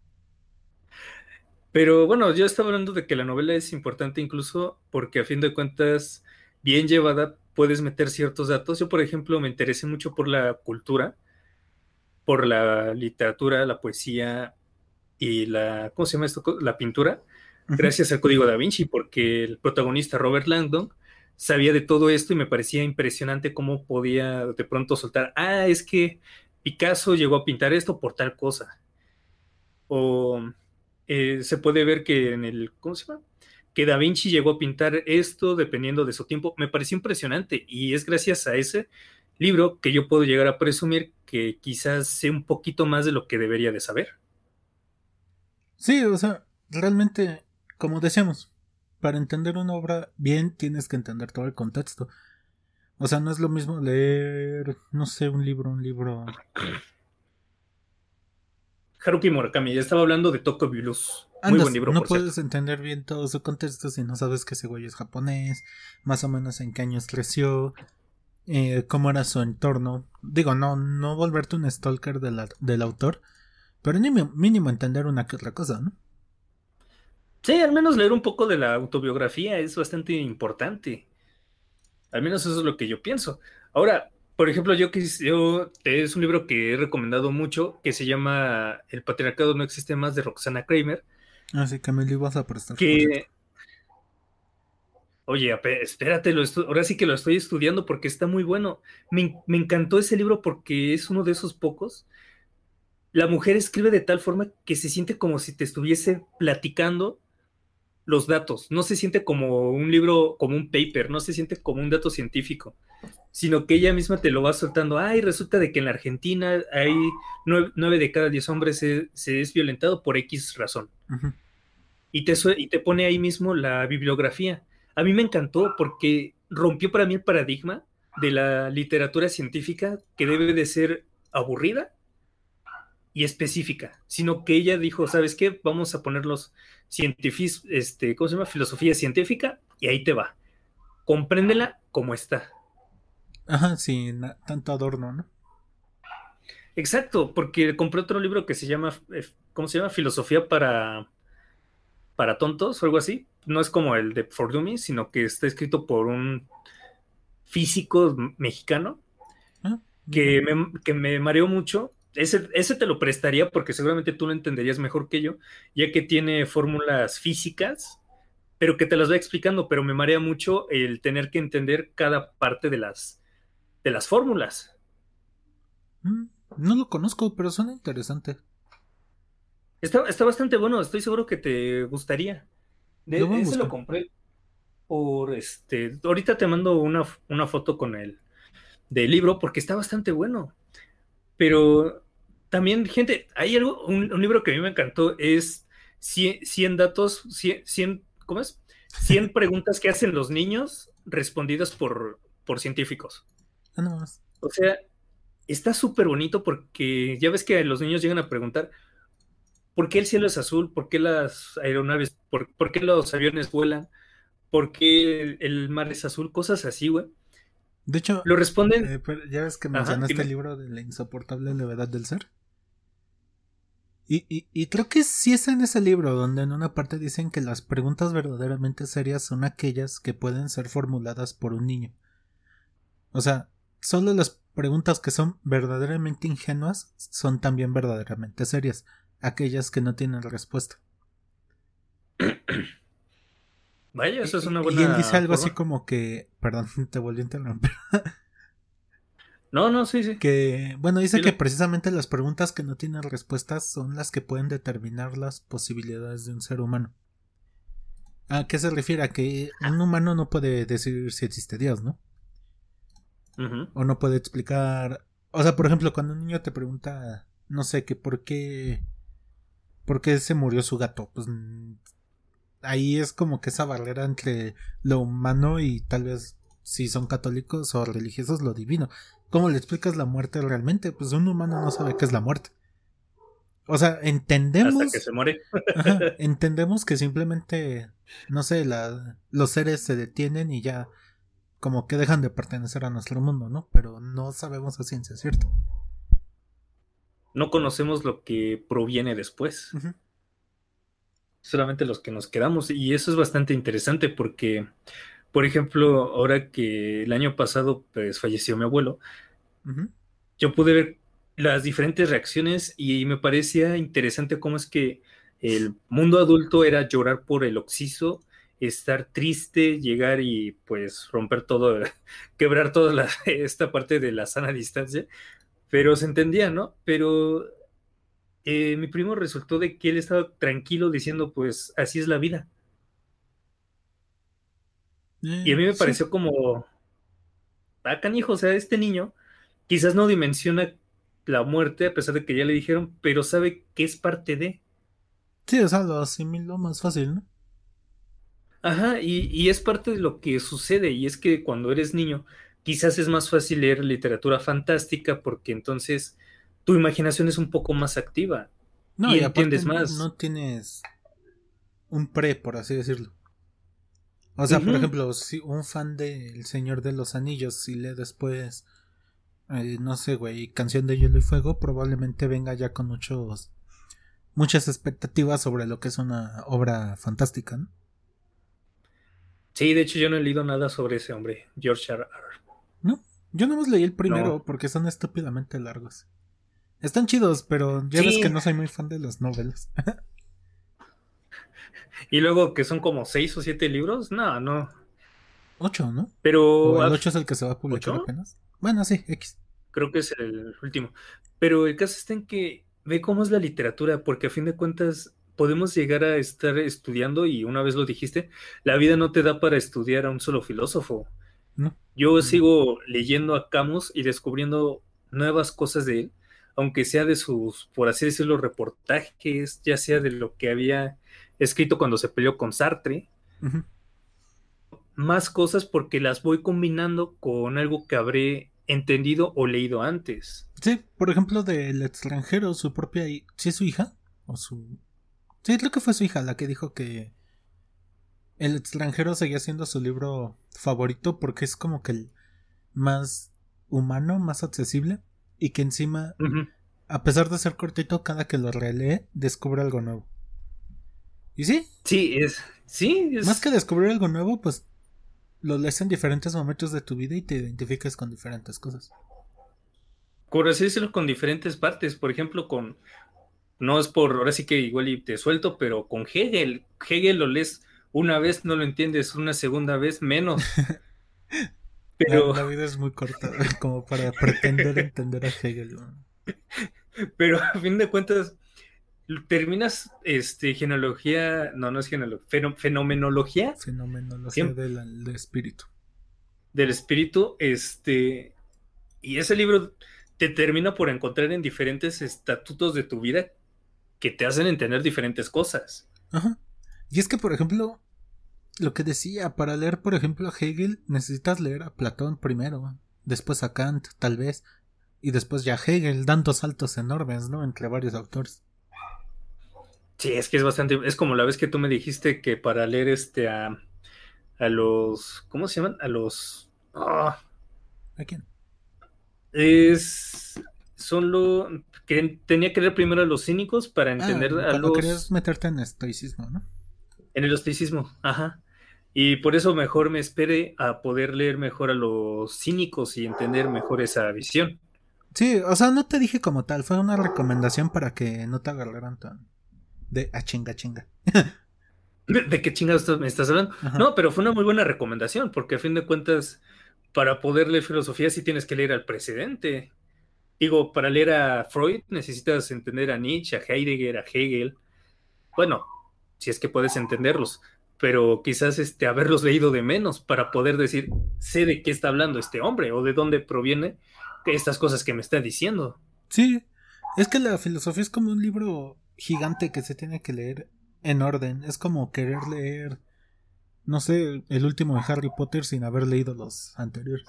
Pero bueno, yo estaba hablando de que la novela es importante incluso porque a fin de cuentas, bien llevada, puedes meter ciertos datos. Yo, por ejemplo, me interesé mucho por la cultura, por la literatura, la poesía y la, ¿cómo se llama esto? La pintura, Uh-huh. gracias al Código Da Vinci, porque el protagonista Robert Langdon sabía de todo esto y me parecía impresionante cómo podía de pronto soltar, ah, es que Picasso llegó a pintar esto por tal cosa. O eh, se puede ver que en el, ¿cómo se llama? Que Da Vinci llegó a pintar esto dependiendo de su tiempo. Me pareció impresionante y es gracias a ese libro que yo puedo llegar a presumir que quizás sé un poquito más de lo que debería de saber. Sí, o sea, realmente, como decíamos, para entender una obra bien tienes que entender todo el contexto. O sea, no es lo mismo leer, no sé, un libro, un libro. Haruki Murakami, ya estaba hablando de Tokyo Blues. Muy buen Andas, libro, no por cierto. puedes entender bien todo su contexto si no sabes que ese güey es japonés, más o menos en qué años creció, eh, cómo era su entorno. Digo, no, no volverte un stalker de la- del autor, pero ni mínimo entender una que otra cosa, ¿no? Sí, al menos leer un poco de la autobiografía es bastante importante. Al menos eso es lo que yo pienso. Ahora, por ejemplo, yo que yo es un libro que he recomendado mucho que se llama El patriarcado no existe más de Roxana Kramer, Así que me lo ibas a prestar, por cierto. que oye, espérate, lo ahora sí que lo estoy estudiando porque está muy bueno. Me, me encantó ese libro porque es uno de esos pocos. La mujer escribe de tal forma que se siente como si te estuviese platicando los datos. No se siente como un libro, como un paper, no se siente como un dato científico, sino que ella misma te lo va soltando. Ay, resulta de que en la Argentina hay nueve, nueve de cada diez hombres se, se, es violentado por X razón. Uh-huh. Y te, y te pone ahí mismo la bibliografía. A mí me encantó porque rompió para mí el paradigma de la literatura científica que debe de ser aburrida y específica, sino que ella dijo, ¿sabes qué? Vamos a poner los científicos, este, ¿cómo se llama? Filosofía científica y ahí te va. Compréndela como está. Ajá, sin tanto adorno, ¿no? Exacto, porque compré otro libro que se llama, ¿cómo se llama? Filosofía para, para tontos o algo así. No es como el de For Dummies, sino que está escrito por un físico mexicano Ah, que me, que me mareó mucho. Ese, ese te lo prestaría porque seguramente tú lo entenderías mejor que yo, ya que tiene fórmulas físicas, pero que te las va explicando, pero me marea mucho el tener que entender cada parte de las, de las fórmulas. mm, no lo conozco, pero suena interesante. Está, está bastante bueno, estoy seguro que te gustaría. Lo De, voy a ese lo buscar. compré por este. Ahorita te mando una, una foto con el del libro porque está bastante bueno. Pero también, gente, hay algo, un, un libro que a mí me encantó, es cien, cien datos, cien, cien, ¿cómo es? cien preguntas que hacen los niños respondidas por, por científicos. Ah, no más. O sea, está súper bonito porque ya ves que los niños llegan a preguntar, ¿por qué el cielo es azul? ¿Por qué las aeronaves, por, por qué los aviones vuelan? ¿Por qué el, el mar es azul? Cosas así, güey. De hecho, Lo responden, eh, ya ves que ajá, mencionaste el dime. libro de la insoportable levedad del ser. Y, y, y creo que sí es en ese libro donde en una parte dicen que las preguntas verdaderamente serias son aquellas que pueden ser formuladas por un niño. O sea, solo las preguntas que son verdaderamente ingenuas son también verdaderamente serias, aquellas que no tienen respuesta. Vaya, eso es Y, una y él dice buena algo así forma. como que, perdón, te volví a interrumpir. No, no, sí, sí. Que, bueno, dice que Dilo. precisamente las preguntas que no tienen respuestas son las que pueden determinar las posibilidades de un ser humano. ¿A qué se refiere? A que un humano no puede decir si existe Dios, ¿no? Ujú. O no puede explicar. O sea, por ejemplo, cuando un niño te pregunta, no sé, que por qué. ¿Por qué se murió su gato? Pues ahí es como que esa barrera entre lo humano y tal vez si son católicos o religiosos lo divino. ¿Cómo le explicas la muerte realmente? Pues un humano no sabe qué es la muerte. O sea, Hasta que entendemos, se muere. ajá, entendemos que simplemente, no sé, la, los seres se detienen y ya como que dejan de pertenecer a nuestro mundo, ¿no? Pero no sabemos a ciencia cierta. No conocemos lo que proviene después. Uh-huh. Solamente los que nos quedamos. Y eso es bastante interesante porque, por ejemplo, ahora que el año pasado pues falleció mi abuelo, Uh-huh. yo pude ver las diferentes reacciones y me parecía interesante cómo es que el mundo adulto era llorar por el occiso, estar triste, llegar y pues romper todo, quebrar toda la- esta parte de la sana distancia, pero se entendía, ¿no? Pero eh, mi primo resultó de que él estaba tranquilo diciendo pues así es la vida. Y a Eh, mí me sí, pareció como, ah, canijo, o sea, este niño quizás no dimensiona la muerte a pesar de que ya le dijeron, pero sabe que es parte de. sí, o sea, lo asimilo más fácil, ¿no? Ajá, y, y es parte de lo que sucede, y es que cuando eres niño, quizás es más fácil leer literatura fantástica porque entonces tu imaginación es un poco más activa No, y y aparte entiendes más. no tienes un pre, por así decirlo. O sea, por Ujú. ejemplo, si un fan de El Señor de los Anillos, si lee después, eh, no sé, güey, Canción de Hielo y Fuego, probablemente venga ya con muchos, muchas expectativas sobre lo que es una obra fantástica, ¿no? Sí, de hecho yo no he leído nada sobre ese hombre, George R. R. ¿No? Yo no más leí el No. primero porque son estúpidamente largos. Están chidos, pero ya ves que Sí, no soy muy fan de las novelas. y luego que son como seis o siete libros, no, no. Ocho, ¿no? ¿O Pero, el ah, ocho es el que se va a publicar ¿ocho? apenas? Bueno, sí, X. Creo que es el último. Pero el caso está en que ve cómo es la literatura, porque a fin de cuentas podemos llegar a estar estudiando, y una vez lo dijiste, la vida no te da para estudiar a un solo filósofo. ¿No? Yo Mm. sigo leyendo a Camus y descubriendo nuevas cosas de él, aunque sea de sus, por así decirlo, reportajes, ya sea de lo que había escrito cuando se peleó con Sartre, Ujú. más cosas porque las voy combinando con algo que habré entendido o leído antes. Sí, por ejemplo, del extranjero, su propia... hi- ¿Sí es su hija? ¿O su...? Sí, creo que fue su hija la que dijo que el extranjero seguía siendo su libro favorito porque es como que el más humano, más accesible y que encima, Ujú. a pesar de ser cortito, cada que lo relee descubre algo nuevo. Y sí, Sí, es, sí, más que es, descubrir algo nuevo, pues lo lees en diferentes momentos de tu vida y te identificas con diferentes cosas. por así decirlo, con diferentes partes. Por ejemplo, con, no es por, ahora sí que igual y te suelto, pero con Hegel, Hegel lo lees una vez, no lo entiendes, una segunda vez menos. La, Pero, la vida es muy corta como para pretender entender a Hegel, ¿no? pero a fin de cuentas, terminas, este, genealogía, no, no es genealogía, fenomenología, Fenomenología siempre, del, del espíritu. del espíritu, este, y ese libro te termina por encontrar en diferentes estatutos de tu vida que te hacen entender diferentes cosas. Ajá. Y es que, por ejemplo, lo que decía, para leer, por ejemplo, a Hegel, necesitas leer a Platón primero, después a Kant, tal vez, y después ya a Hegel, dando saltos enormes, ¿no? Entre varios autores. Sí, es que es bastante, es como la vez que tú me dijiste que para leer este a, a los, ¿cómo se llaman? A los, ah, ¿A quién? es, Solo que tenía que leer primero a los cínicos para entender Ah, a cuando los... querías meterte en estoicismo, ¿no? En el estoicismo, ajá. Y por eso mejor me espere a poder leer mejor a los cínicos y entender mejor esa visión. Sí, o sea, no te dije como tal, fue una recomendación para que no te agarraran tan de a chinga chinga. ¿De qué chingados me estás hablando? Ajá. No, pero fue una muy buena recomendación, porque a fin de cuentas, para poder leer filosofía sí tienes que leer al presidente. Digo, para leer a Freud necesitas entender a Nietzsche, a Heidegger, a Hegel. Bueno, si es que puedes entenderlos, pero quizás este, haberlos leído de menos para poder decir, sé de qué está hablando este hombre o de dónde proviene estas cosas que me está diciendo. Sí, es que la filosofía es como un libro gigante que se tiene que leer en orden. Es como querer leer, no sé, el último de Harry Potter sin haber leído los anteriores.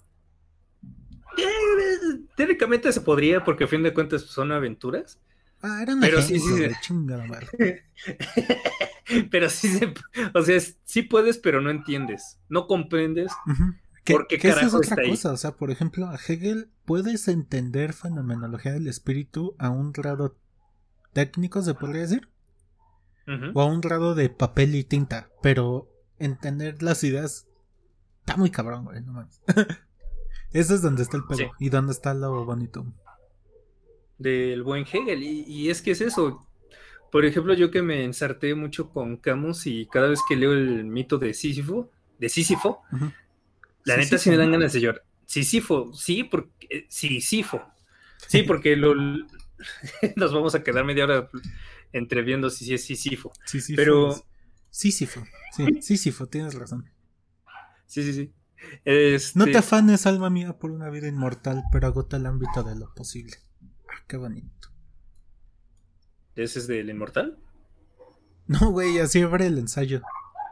Eh, técnicamente se podría, porque a fin de cuentas son aventuras. Ah, era un Pero sí, ejemplo, sí, güey, sí. chingada madre. Pero sí se, o sea, sí puedes, pero no entiendes, no comprendes Ujú. por Que, qué que esa es carajo otra está ahí. cosa, o sea, por ejemplo, a Hegel puedes entender fenomenología del espíritu a un grado técnico, se podría decir, Uh-huh. o a un grado de papel y tinta, pero entender las ideas está muy cabrón, güey, no mames. Eso es donde está el Sí, pedo y donde está lo bonito. del buen Hegel. Y, y es que es eso. Por ejemplo, yo que me ensarté mucho con Camus y cada vez que leo el mito de Sísifo, de Sísifo, Ujú. la Sí, sí, neta sí fue, me dan ¿no? ganas de llorar. Sísifo, sí, porque Sísifo. Sí, porque lo, nos vamos a quedar media hora entreviendo si sí es Sísifo. Sí, sí, fue. Pero Sísifo. Sí, Sísifo, tienes razón. sí, sí, sí. No te Este, afanes, alma mía, por una vida inmortal, pero agota el ámbito de lo posible. Ah, qué bonito. ¿ese es del Inmortal? No, güey, así abre el ensayo.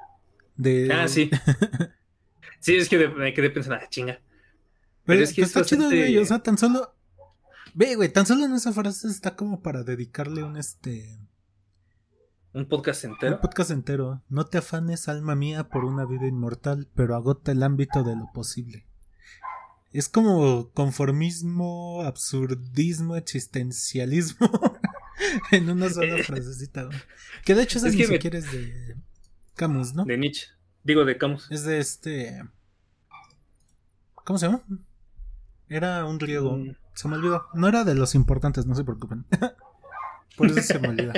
Ah, De. sí. Sí, es que de- me quedé pensando, ah, chinga. Pero Pero, es que pues es está chido, güey. O bastante sea, tan solo. Ve, güey, tan solo en esa frase está como para dedicarle un este. un podcast Un entero. podcast entero. No te afanes, alma mía, por una vida inmortal, pero agota el ámbito de lo posible. Es como conformismo, absurdismo, existencialismo en una sola frasecita, güey. Que de hecho esa Es ni que me... siquiera es de Camus, ¿no? De Nietzsche. Digo, de Camus. Es de este. ¿Cómo se llama? Era un griego. Mm. Se me olvidó. No era de los importantes, no se preocupen. Por eso se me olvida.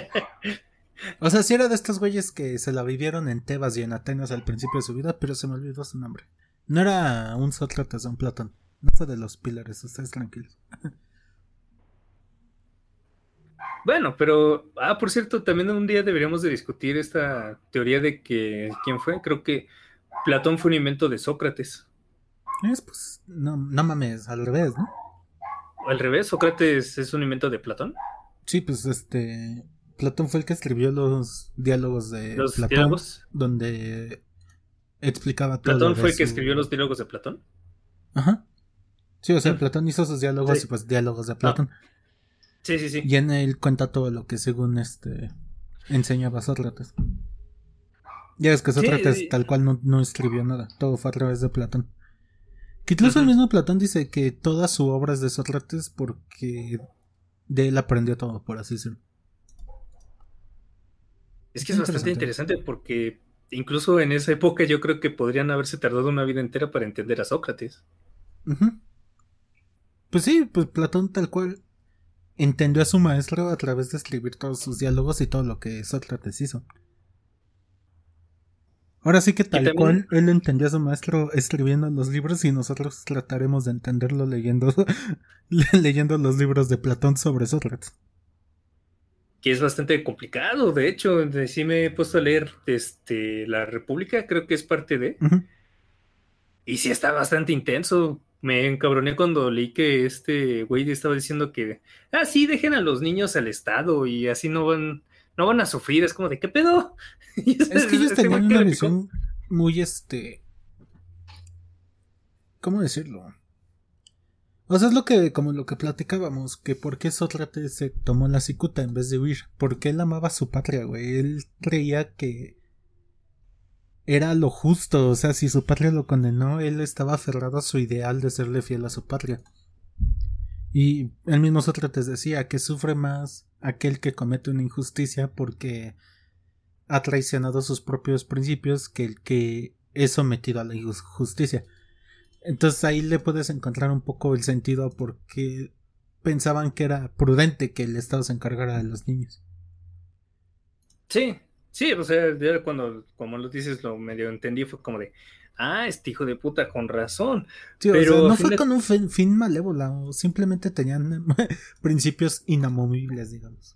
O sea, sí era de estos güeyes que se la vivieron en Tebas y en Atenas al principio de su vida, pero se me olvidó su nombre. No era un Sócrates o un Platón. No fue de los pilares, ustedes tranquilos. Bueno, pero... Ah, por cierto, también un día deberíamos de discutir esta teoría de que... ¿Quién fue? Creo que Platón fue un invento de Sócrates. Es pues, no, no mames, al revés, ¿no? Al revés, Sócrates es un invento de Platón. Sí, pues este. Platón fue el que escribió los diálogos de Los Platón, diálogos. donde explicaba todo lo Platón de fue el que su. escribió los diálogos de Platón. Ajá. Sí, o sea, Mm, Platón hizo sus diálogos sí. y pues diálogos de Ah, Platón. sí, sí, sí. Y en él cuenta todo lo que según este enseñaba Sócrates. Ya ves que Sí, Sócrates sí. tal cual no, no escribió nada, todo fue a través de Platón. Que incluso el Ujú. mismo Platón dice que toda su obra es de Sócrates porque de él aprendió todo, por así decirlo. Es que Está es bastante interesante. interesante porque incluso en esa época yo creo que podrían haberse tardado una vida entera para entender a Sócrates. Ujú. Pues sí, pues Platón tal cual entendió a su maestro a través de escribir todos sus diálogos y todo lo que Sócrates hizo. Ahora sí que Y tal también cual él entendió a su maestro escribiendo los libros y nosotros trataremos de entenderlo leyendo leyendo los libros de Platón sobre Sócrates. que es bastante complicado, de hecho, de- sí me he puesto a leer este, La República, creo que es parte de, Ujú. y sí está bastante intenso. Me encabroné cuando leí que este güey estaba diciendo que, ah, sí, dejen a los niños al Estado y así no van, no van a sufrir. Es como de, ¿qué pedo? Y ese, Es que ellos ese tenían güey que una le picó. visión muy este, ¿cómo decirlo? O sea, es lo que, como lo que platicábamos, que por qué Sócrates se tomó la cicuta en vez de huir, porque él amaba a su patria, güey, él creía que era lo justo, o sea, si su patria lo condenó, él estaba aferrado a su ideal de serle fiel a su patria. Y el mismo Sócrates decía que sufre más aquel que comete una injusticia porque ha traicionado sus propios principios que el que es sometido a la injusticia. Entonces ahí le puedes encontrar un poco el sentido porque pensaban que era prudente que el Estado se encargara de los niños. Sí, sí, o sea, ya cuando, como lo dices, lo medio entendí, fue como de, ah, este hijo de puta, con razón. Sí, o sea, Pero no a fin fue de- con un fin, fin malévolo, simplemente tenían principios inamovibles, digamos.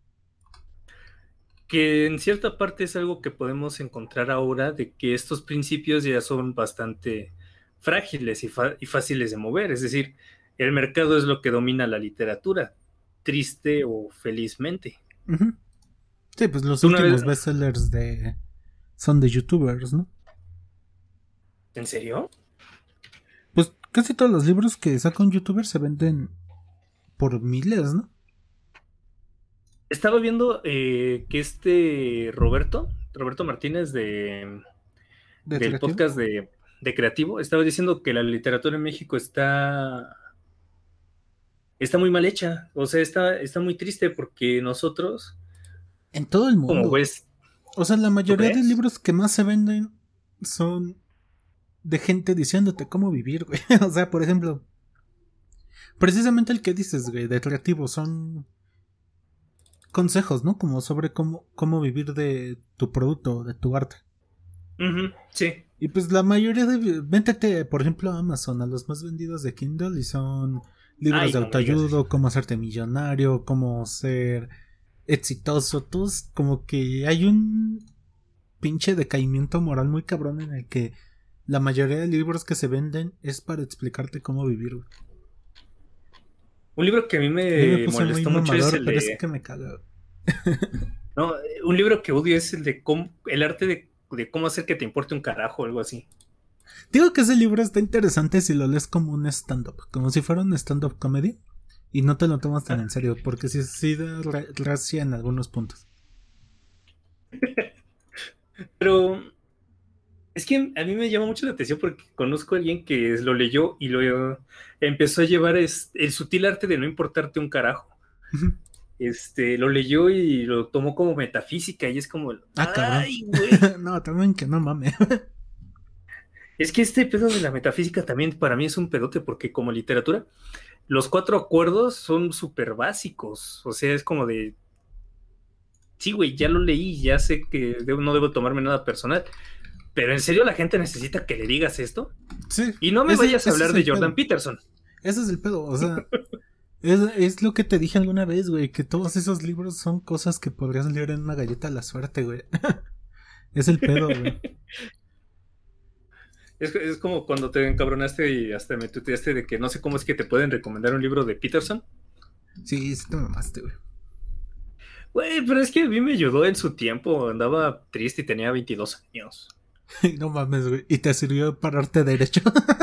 que en cierta parte es algo que podemos encontrar ahora, de que estos principios ya son bastante frágiles y, fa- y fáciles de mover. Es decir, el mercado es lo que domina la literatura, triste o felizmente. Ujú. Sí, pues los ¿Tú una vez, últimos bestsellers de son de youtubers, ¿no? en serio? Pues casi todos los libros que saca un youtuber se venden por miles, ¿no? Estaba viendo eh, que este Roberto, Roberto Martínez de, De del creativo. podcast de, de Creativo, estaba diciendo que la literatura en México está, está muy mal hecha. O sea, está, está muy triste porque nosotros, En todo el como mundo. ves, O sea, la ¿tú mayoría de crees? libros que más se venden son de gente diciéndote cómo vivir, güey. O sea, por ejemplo, precisamente el que dices, güey, de creativo, son consejos, ¿no? Como sobre cómo, cómo vivir de tu producto, de tu arte. Ujú, sí. Y pues la mayoría de... Véntete, por ejemplo, a Amazon, a los más vendidos de Kindle y son libros Ay, de no me digas eso. autoayuda, cómo hacerte millonario, cómo ser exitoso. Todos como que hay un pinche decaimiento moral muy cabrón en el que la mayoría de libros que se venden es para explicarte cómo vivir, güey. Un libro que a mí Ya me me puse muy molestó mucho es mamador, el pero es de... que me caga. No, un libro que odio es el de cómo, el arte de, de cómo hacer que te importe un carajo o algo así. Digo que ese libro está interesante si lo lees como un stand-up, como si fuera un stand-up comedy y no te lo tomas tan en serio, porque sí, sí da ra- gracia en algunos puntos. Pero es que a mí me llama mucho la atención porque conozco a alguien que lo leyó y lo empezó a llevar es, el sutil arte de no importarte un carajo. Ujú. Este, lo leyó y lo tomó como metafísica y es como, Ah, cabrón. ay, güey. No, también que no mames. Es que este pedo de la metafísica también para mí es un pedote porque como literatura, los cuatro acuerdos son súper básicos. O sea, es como de, sí, güey, ya lo leí, ya sé que debo- no debo tomarme nada personal. Pero ¿en serio la gente necesita que le digas esto? Sí, Y no me ese, vayas a ese es hablar de el Jordan pedo. Peterson. Ese es el pedo, o sea, es, es lo que te dije alguna vez, güey, que todos esos libros son cosas que podrías leer en una galleta a la suerte, güey. Es el pedo, güey. Es, es como cuando te encabronaste y hasta me tuteaste de que no sé cómo es que te pueden recomendar un libro de Peterson. Sí, sí te mamaste, güey. Güey, pero es que a mí me ayudó en su tiempo. Andaba triste y tenía veintidós años. No mames, güey. Y te sirvió pararte derecho.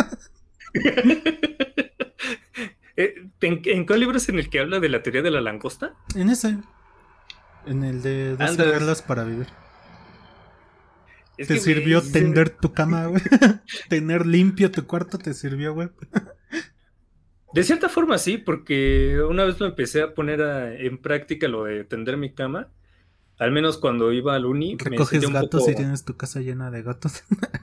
Eh, ¿En, en cuál libro es en el que habla de la teoría de la langosta? En ese, en el de doce Andas. reglas para vivir. Es Te que, güey, sirvió se- tender tu cama, güey. Tener limpio tu cuarto te sirvió, güey. de cierta forma sí, porque una vez lo empecé a poner a- en práctica lo de tender mi cama. Al menos cuando iba al uni me sentía Recoges un gatos y poco... tienes tu casa llena de gatos.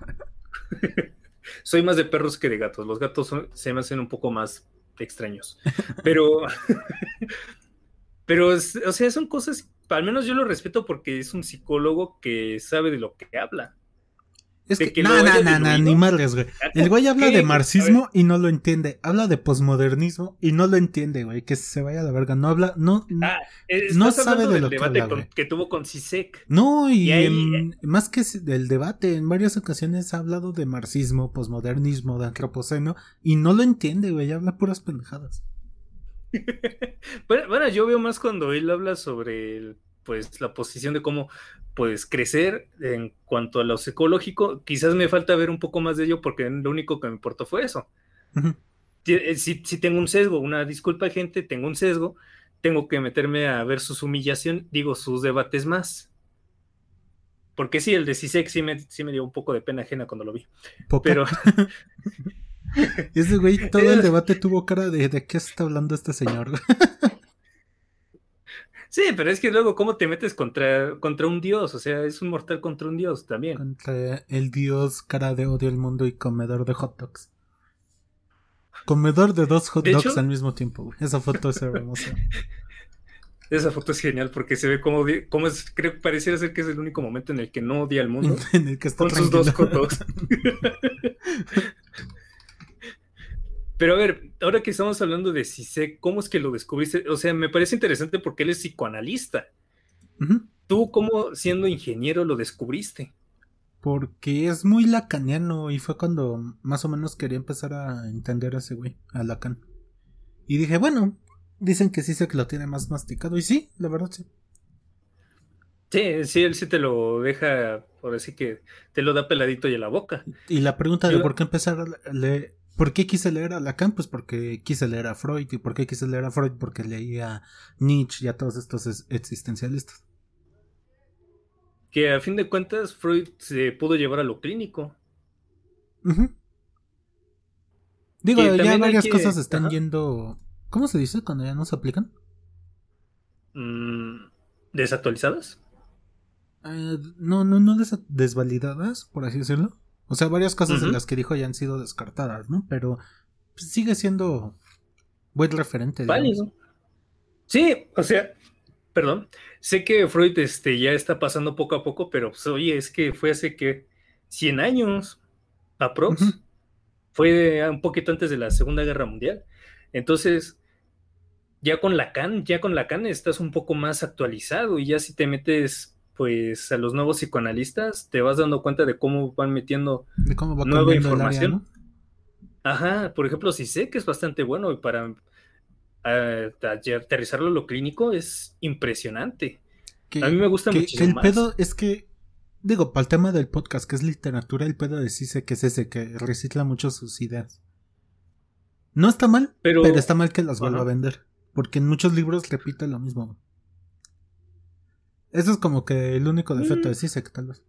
Soy más de perros que de gatos. Los gatos son- se me hacen un poco más extraños. Pero, pero, es- o sea, son cosas, al menos yo lo respeto porque es un psicólogo que sabe de lo que habla. Es De que, que no, lo no, haya no, no, ni diluido. madres, güey. El güey habla de ¿Qué, güey? A ver, marxismo y no lo entiende. Habla de posmodernismo y no lo entiende, güey. Que se vaya a la verga. No habla, no, ah, eh, no estás sabe hablando de del lo que debate habla, con- güey. que tuvo con Sisek. No, Y y ahí, en- más que s- del debate, en varias ocasiones ha hablado de marxismo, posmodernismo, de antropoceno, y no lo entiende, güey, habla puras pendejadas. bueno, bueno, yo veo más cuando él habla sobre el- pues la posición de cómo pues crecer en cuanto a lo psicológico. Quizás me falta ver un poco más de ello porque lo único que me importó fue eso. Ujú. Si, si tengo un sesgo, una disculpa gente, tengo un sesgo, tengo que meterme a ver sus humillaciones, digo, sus debates más. Porque sí, el de Sisek sí me, sí me dio un poco de pena ajena cuando lo vi. Poca. Pero, Ese güey, todo el debate tuvo cara de ¿de qué está hablando este señor? Sí, pero es que luego, ¿cómo te metes contra, contra un dios? O sea, es un mortal contra un dios también. Contra el dios cara de odio al mundo y comedor de hot dogs. Comedor de dos hot De dogs hecho, al mismo tiempo, güey. Esa foto es hermosa. esa foto es genial porque se ve como, como es, creo que pareciera ser que es el único momento en el que no odia al mundo. En el que está con tranquilo. sus dos hot dogs. Pero a ver, ahora que estamos hablando de Zizek, ¿cómo es que lo descubriste? O sea, me parece interesante porque él es psicoanalista. Uh-huh. ¿Tú cómo, siendo ingeniero, lo descubriste? Porque es muy lacaniano y fue cuando más o menos quería empezar a entender a ese güey, a Lacan. Y dije, bueno, dicen que Zizek lo tiene más masticado y sí, la verdad sí. Sí, sí, él sí te lo deja, por así que te lo da peladito y a la boca. Y la pregunta Yo... de por qué empezar a leer... ¿Por qué quise leer a Lacan? Pues porque quise leer a Freud. ¿Y por qué quise leer a Freud? Porque leía a Nietzsche y a todos estos existencialistas. Que a fin de cuentas Freud se pudo llevar a lo clínico. Uh-huh. Digo, que ya varias que... cosas están Ajá. yendo... ¿Cómo se dice cuando ya no se aplican? Mm, ¿Desactualizadas? Uh, no, no, no des- desvalidadas, por así decirlo. O sea, varias cosas Uh-huh. de las que dijo ya han sido descartadas, ¿no? Pero pues, sigue siendo buen referente, digamos. Válido. Sí, o sea, perdón. Sé que Freud este, ya está pasando poco a poco, pero pues, oye, es que fue hace que cien años, Uh-huh. aprox. Fue un poquito antes de la Segunda Guerra Mundial. Entonces, ya con Lacan, ya con Lacan estás un poco más actualizado y ya si te metes pues a los nuevos psicoanalistas, te vas dando cuenta de cómo van metiendo De cómo va nueva cambiando el área, información. ¿no? Ajá, por ejemplo, si sé que es bastante bueno y para uh, aterrizarlo a lo clínico es impresionante. A mí Que, me gusta que, que muchísimo el más. pedo es que, digo, para el tema del podcast, que es literatura, el pedo de Cise que es ese, que recicla mucho sus ideas. No está mal, Pero, pero está mal que las vuelva ajá. a vender. Porque en muchos libros repite lo mismo. Eso es como que el único defecto Mm, de Zizek, tal vez.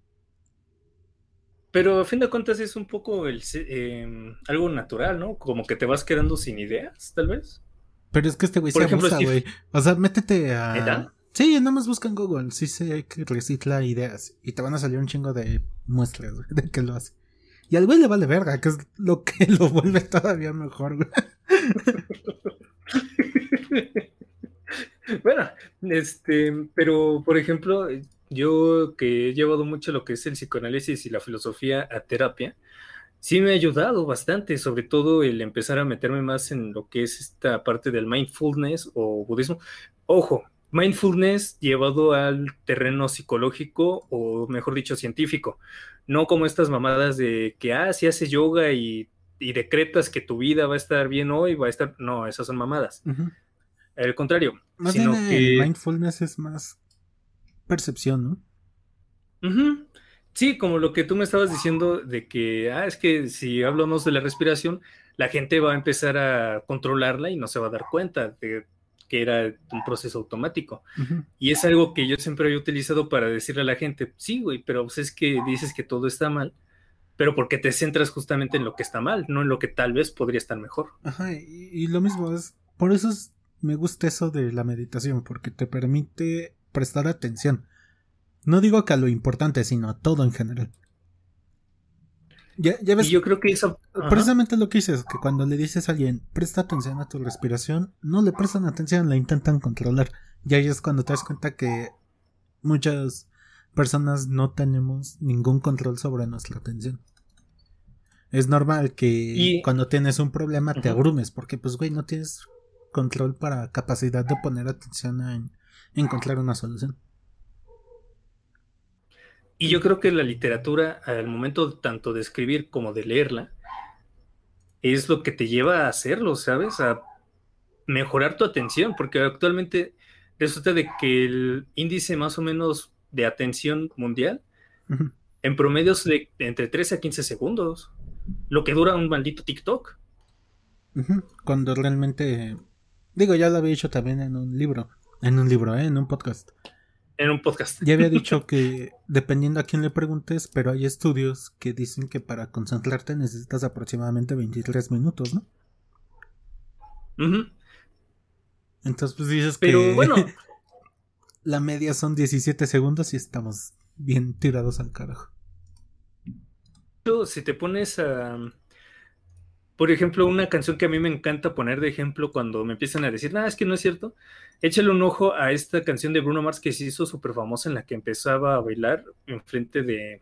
pero a fin de cuentas es un poco el, eh, algo natural, ¿no? Como que te vas quedando sin ideas, tal vez. Pero es que este güey Por se ejemplo, abusa, Steve. güey. O sea, métete a... ¿Edad? Sí, nada más busca en Google. Zizek recicla ideas. Y te van a salir un chingo de muestras, güey, de que lo hace. Y al güey le vale verga, que es lo que lo vuelve todavía mejor, güey. Bueno, este, pero por ejemplo, yo que he llevado mucho lo que es el psicoanálisis y la filosofía a terapia, sí me ha ayudado bastante, sobre todo el empezar a meterme más en lo que es esta parte del mindfulness o budismo. Ojo, mindfulness llevado al terreno psicológico o mejor dicho científico, no como estas mamadas de que, ah, si haces yoga y, y decretas que tu vida va a estar bien hoy, va a estar, no, esas son mamadas. Uh-huh. Al contrario, Más bien sino el que... mindfulness es más percepción, ¿no? Uh-huh. Sí, como lo que tú me estabas diciendo de que, ah, es que si hablamos de la respiración, la gente va a empezar a controlarla y no se va a dar cuenta de que era un proceso automático. Uh-huh. Y es algo que yo siempre he utilizado para decirle a la gente, sí, güey, pero pues es que dices que todo está mal, pero porque te centras justamente en lo que está mal, no en lo que tal vez podría estar mejor. Ajá, y, y lo mismo es... Por eso es, me gusta eso de la meditación, porque te permite prestar atención. No digo que a lo importante, sino a todo en general. Ya, ya ves, Y yo creo que eso... precisamente lo que dices, que cuando le dices a alguien, presta atención a tu respiración, no le prestan atención, la intentan controlar. Y ahí es cuando te das cuenta que muchas personas no tenemos ningún control sobre nuestra atención. Es normal que y... cuando tienes un problema te uh-huh. abrumes, porque pues güey, no tienes control para capacidad de poner atención en encontrar una solución. Y yo creo que la literatura, al momento tanto de escribir como de leerla, es lo que te lleva a hacerlo, ¿sabes? A mejorar tu atención, porque actualmente resulta de que el índice más o menos de atención mundial, Uh-huh. en promedio es de entre trece a quince segundos, lo que dura un maldito TikTok. Uh-huh. Cuando realmente... Digo, ya lo había dicho también en un libro. En un libro, ¿eh? En un podcast. en un podcast. Ya había dicho que dependiendo a quién le preguntes, pero hay estudios que dicen que para concentrarte necesitas aproximadamente veintitrés minutos, ¿no? Uh-huh. Entonces pues dices pero, que bueno, la media son diecisiete segundos y estamos bien tirados al carajo. Si te pones a... Por ejemplo, una canción que a mí me encanta poner de ejemplo cuando me empiezan a decir, nada, es que no es cierto. Échale un ojo a esta canción de Bruno Mars que se hizo súper famosa en la que empezaba a bailar enfrente de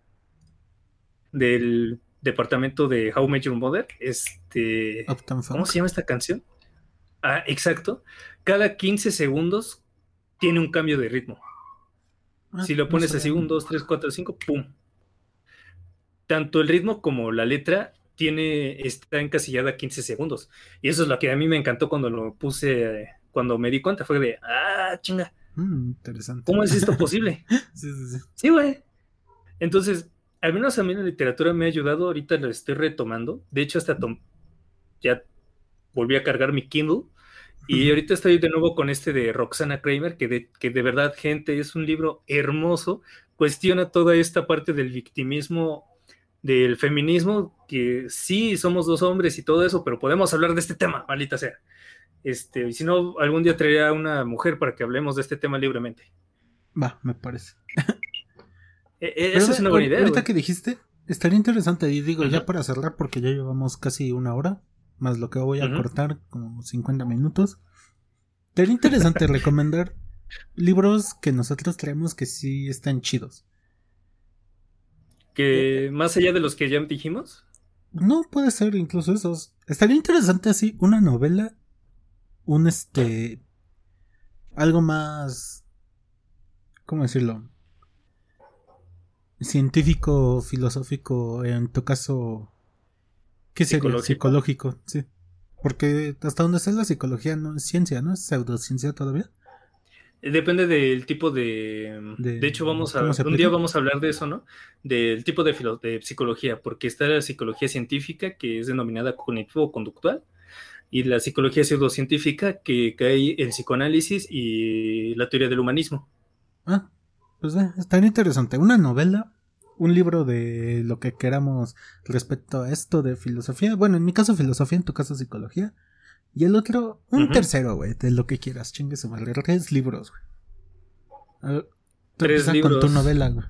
del departamento de How I Met Your Mother. Este, ¿cómo se llama esta canción? Ah, exacto. Cada quince segundos tiene un cambio de ritmo. Ah, si lo pones no así, un, dos, tres, cuatro, cinco, ¡pum! Tanto el ritmo como la letra tiene, está encasillada a quince segundos. Y eso es lo que a mí me encantó cuando lo puse, cuando me di cuenta, fue de, ah, chinga. Mm, interesante. ¿Cómo es esto posible? sí, sí, sí. Sí, güey. Entonces, al menos a mí la literatura me ha ayudado, ahorita lo estoy retomando. De hecho, hasta tom- ya volví a cargar mi Kindle. Y ahorita estoy de nuevo con este de Roxana Kramer, que de, que de verdad, gente, es un libro hermoso. Cuestiona toda esta parte del victimismo, del feminismo, que sí, somos dos hombres y todo eso, pero podemos hablar de este tema, maldita sea. Este, y si no, algún día traeré a una mujer para que hablemos de este tema libremente. Va, me parece. e- Eso es una buena idea. Ahorita güey. que dijiste, estaría interesante, y digo, uh-huh. ya para cerrar, porque ya llevamos casi una hora, más lo que voy a uh-huh. cortar, como cincuenta minutos. Sería interesante recomendar libros que nosotros creemos que sí están chidos. Que más allá de los que ya dijimos. No, puede ser incluso esos. Estaría interesante así, una novela, un este, algo más, ¿cómo decirlo? Científico, filosófico, en tu caso, ¿qué sería? Psicológico, sí. Porque hasta donde está la psicología no es ciencia, ¿no? Es pseudociencia todavía. Depende del tipo de... De, de hecho, vamos a... Un día vamos a hablar de eso, ¿no? Del tipo de, filo, de psicología, porque está la psicología científica, que es denominada cognitivo-conductual, y la psicología pseudocientífica, que cae el psicoanálisis y la teoría del humanismo. Ah, pues eh, estaría interesante. Una novela, un libro de lo que queramos respecto a esto de filosofía. Bueno, en mi caso filosofía, en tu caso psicología. Y el otro, un uh-huh. tercero, güey, de lo que quieras. Chingue su madre. Tres libros, güey. Tres libros. Con tu novela, güey.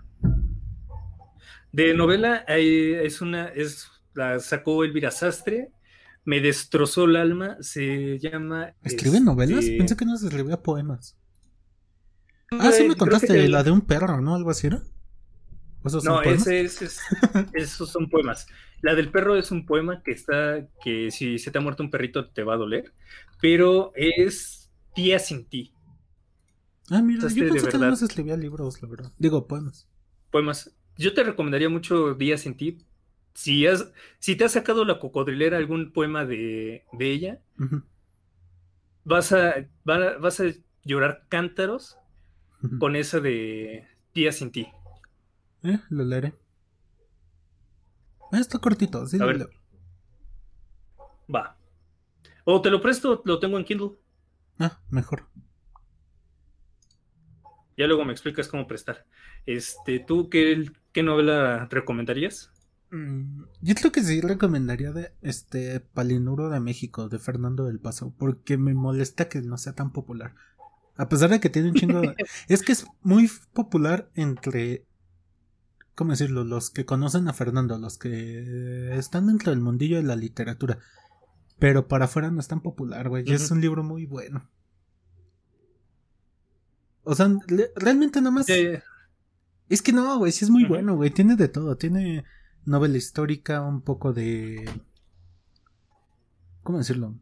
De novela, hay, es una, es, la sacó Elvira Sastre. Me destrozó el alma. Se llama. ¿Escribe este... novelas? Pensé que no se escribía poemas. Ah, sí me contaste la de un perro, ¿no? Algo así, ¿no? ¿Esos no, ese es, es, esos son poemas. La del perro es un poema que está, que si se te ha muerto un perrito te va a doler, pero es Día sin ti. Ah, mira, yo pensé que no se escribía libros, la verdad. Digo, poemas. Poemas. Yo te recomendaría mucho Día sin ti. Si, has, si te has sacado la cocodrilera algún poema de, de ella, uh-huh. vas, a, va, vas a llorar cántaros uh-huh. con esa de Día sin ti. Eh, lo leeré. Ah, está cortito, sí. A lo ver. leo. Va. O te lo presto, lo tengo en Kindle. Ah, mejor. Ya luego me explicas cómo prestar. Este, ¿tú qué, qué novela recomendarías? Mm, yo creo que sí recomendaría de este Palinuro de México, de Fernando del Paso, porque me molesta que no sea tan popular. A pesar de que tiene un chingo de... Es que es muy popular entre... ¿Cómo decirlo? Los que conocen a Fernando, los que están dentro del mundillo de la literatura. Pero para afuera no es tan popular, güey. Uh-huh. Y es un libro muy bueno. O sea, le, realmente nada más... Yeah, yeah. Es que no, güey, sí es muy uh-huh. bueno, güey. Tiene de todo. Tiene novela histórica, un poco de... ¿Cómo decirlo?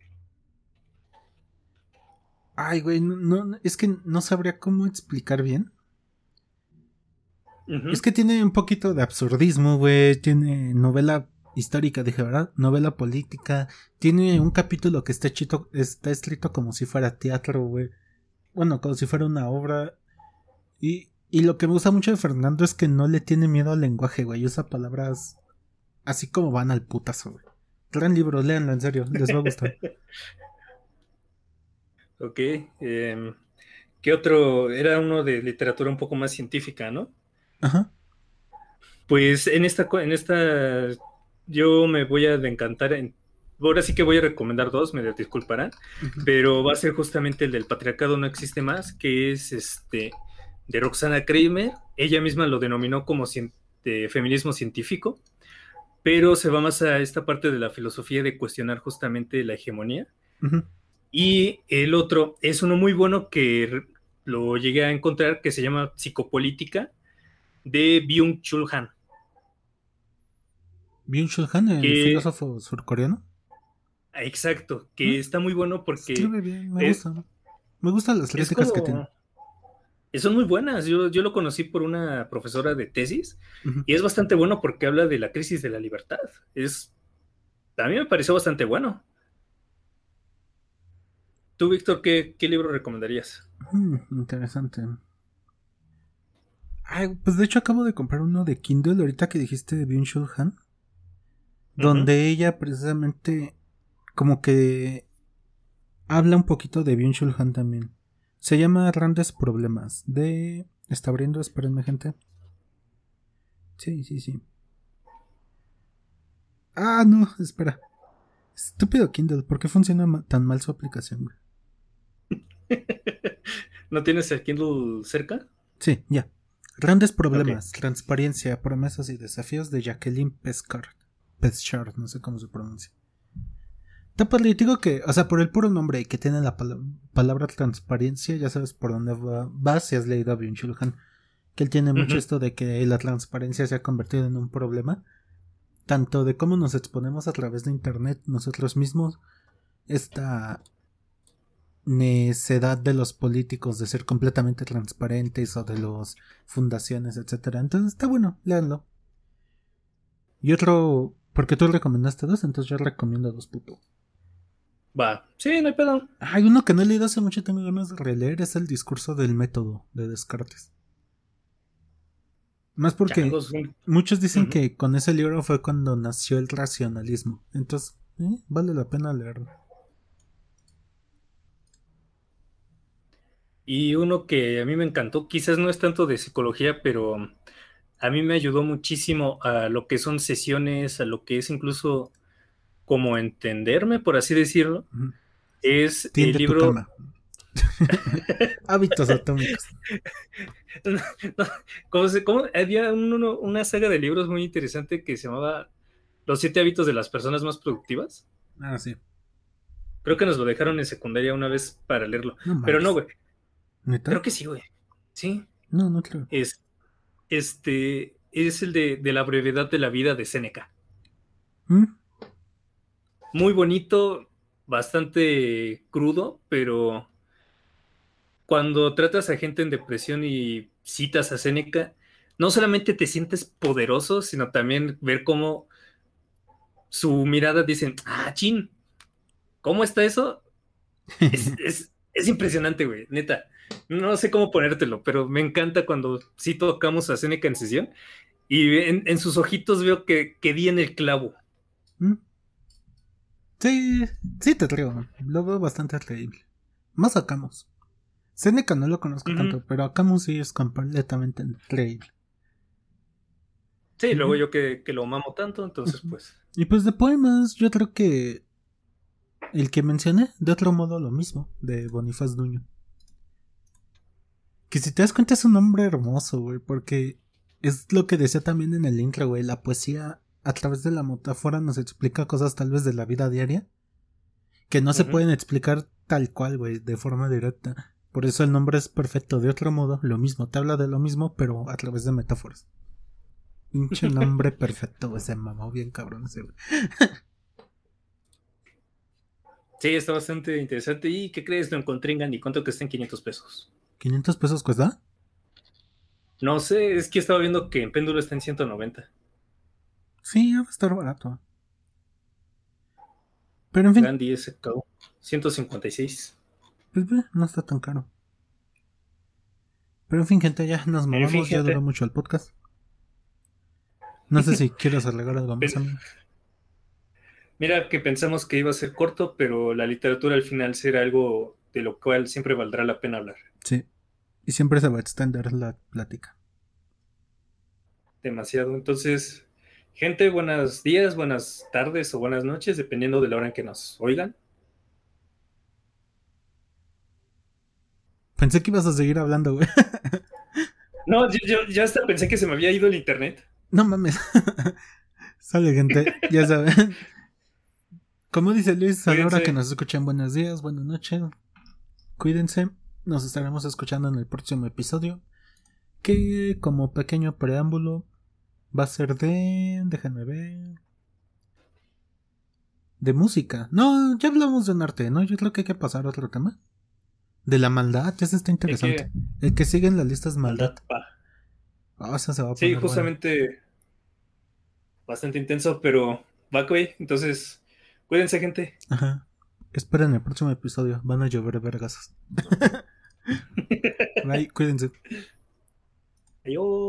Ay, güey, no, no, es que no sabría cómo explicar bien. Uh-huh. Es que tiene un poquito de absurdismo, güey. Tiene novela histórica, dije, ¿verdad? Novela política. Tiene un capítulo que está, chito, está escrito como si fuera teatro, güey. Bueno, como si fuera una obra. Y, y lo que me gusta mucho de Fernando es que no le tiene miedo al lenguaje, güey. Usa palabras así como van al putazo, güey. Gran libro, léanlo, en serio, les va a gustar. Ok. Eh, ¿Qué otro? Era uno de literatura un poco más científica, ¿no? Ajá. Pues en esta, co- en esta, yo me voy a encantar. En, ahora sí que voy a recomendar dos, me disculparán, Ujú. pero va a ser justamente el del patriarcado no existe más, que es este de Roxana Kramer. Ella misma lo denominó como cien- de feminismo científico, pero se va más a esta parte de la filosofía de cuestionar justamente la hegemonía. Ujú. Y el otro es uno muy bueno que lo llegué a encontrar, que se llama Psicopolítica, de Byung-Chul Han, Byung-Chul Han, el que filósofo surcoreano. exacto, ¿Mm? que está muy bueno porque Escribe bien, me es, gusta. Me gustan las es críticas que tiene. como, son muy buenas. Yo, yo lo conocí por una profesora de tesis Ujú. y es bastante bueno porque habla de la crisis de la libertad. Es, a mí me pareció bastante bueno. Tú, Víctor, ¿qué, qué libro recomendarías? Mm, interesante. Ay, pues de hecho acabo de comprar uno de Kindle ahorita que dijiste de Byung-Chul Han, Ujú. donde ella precisamente como que habla un poquito de Byung-Chul Han también. Se llama Grandes Problemas. De... Está abriendo, espérenme, gente. Sí, sí, sí. Ah, no, espera. Estúpido Kindle, ¿por qué funciona ma- tan mal su aplicación, güey? ¿No tienes el Kindle cerca? Sí, ya. Grandes Ok. Problemas, Transparencia, Promesas y Desafíos de Jacqueline Pescard. Pescard, no sé cómo se pronuncia. Está padre, digo que, o sea, por el puro nombre y que tiene la pala- palabra transparencia, ya sabes por dónde va, va si has leído a Byung-Chul Han. Que él tiene mucho Ujú. esto de que la transparencia se ha convertido en un problema, tanto de cómo nos exponemos a través de internet nosotros mismos, esta necedad de los políticos de ser completamente transparentes o de las fundaciones, etcétera. Entonces está bueno, léanlo. Y otro, porque tú recomendaste dos, entonces yo recomiendo dos, puto. Va. Sí, no hay pedo. Hay uno que no he leído hace mucho, tengo ganas de releer, es el discurso del método de Descartes. Más porque Changos. un- muchos dicen Ujú. que con ese libro fue cuando nació el racionalismo. Entonces, eh, vale la pena leerlo. Y uno que a mí me encantó, quizás no es tanto de psicología, pero a mí me ayudó muchísimo a lo que son sesiones, a lo que es incluso como entenderme, por así decirlo, Ujú. es el Tiende tu libro, cama. Hábitos atómicos. ¿cómo se, cómo? Había un- uno- una saga de libros muy interesante que se llamaba Los siete hábitos de las personas más productivas. Ah, sí. Creo que nos lo dejaron en secundaria una vez para leerlo, No pero no, mames. güey, ¿Neta? creo que sí, güey. Sí, No, no creo. es, este, es el de, de la brevedad de la vida de Séneca. ¿Mm? Muy bonito, bastante crudo, pero cuando tratas a gente en depresión y citas a Séneca, no solamente te sientes poderoso, sino también ver cómo su mirada dicen, ah, chin, ¿cómo está eso? Es, es, es impresionante, güey, neta. No sé cómo ponértelo, pero me encanta cuando sí tocamos a Séneca en sesión y en, en sus ojitos veo que, que di en el clavo. ¿Mm? Sí, sí te creo. Lo veo bastante creíble. Más a Camus. Seneca no lo conozco Ujú. tanto, pero a Camus sí es completamente creíble. Sí, luego Ujú, yo que, que lo mamo tanto, entonces ujú. pues. Y pues de poemas, yo creo que el que mencioné, de otro modo lo mismo, de Bonifaz Nuño. Que si te das cuenta es un hombre hermoso, güey, porque es lo que decía también en el intro, güey. La poesía a través de la metáfora nos explica cosas tal vez de la vida diaria que no se Ujú. pueden explicar tal cual, güey, de forma directa. Por eso el nombre es perfecto. De otro modo, lo mismo, te habla de lo mismo, pero a través de metáforas. Pinche nombre perfecto, güey, se mamó bien cabrón ese, güey. Sí, está bastante interesante. ¿Y qué crees? Lo encontré en Gandhi. ¿Cuánto que está en quinientos pesos? ¿quinientos pesos cuesta? No sé, es que estaba viendo que en péndulo está en ciento noventa. Sí, va a estar barato. Pero en fin, Gandhi S K U, ciento cincuenta y seis. pues ve, no está tan caro. Pero en fin, gente, ya nos En fin, mamamos, ya duró gente. mucho el podcast. No sé si quieres agregar algo más, Pen- amigo. Mira que pensamos que iba a ser corto, pero la literatura al final será algo de lo cual siempre valdrá la pena hablar. Sí. Y siempre se va a extender la plática. Demasiado. Entonces, gente, buenos días, buenas tardes o buenas noches, dependiendo de la hora en que nos oigan. Pensé que ibas a seguir hablando, güey. No, yo, yo ya hasta pensé que se me había ido el internet. No mames. Sale, gente, ya saben. Como dice Luis, a la hora que nos escuchen, buenos días, buenas noches. Cuídense. Nos estaremos escuchando en el próximo episodio. Que como pequeño preámbulo va a ser de... Déjenme ver... De música. No, ya hablamos de un arte, ¿no? Yo creo que hay que pasar a otro tema. De la maldad, ese está interesante. El que, el que sigue en la lista es maldad. maldad oh, eso se va a sí, justamente bueno. Bastante intenso, pero va, güey. Entonces, cuídense, gente. Ajá. Esperen el próximo episodio. Van a llover vergas. Bye, cuídense. Adiós.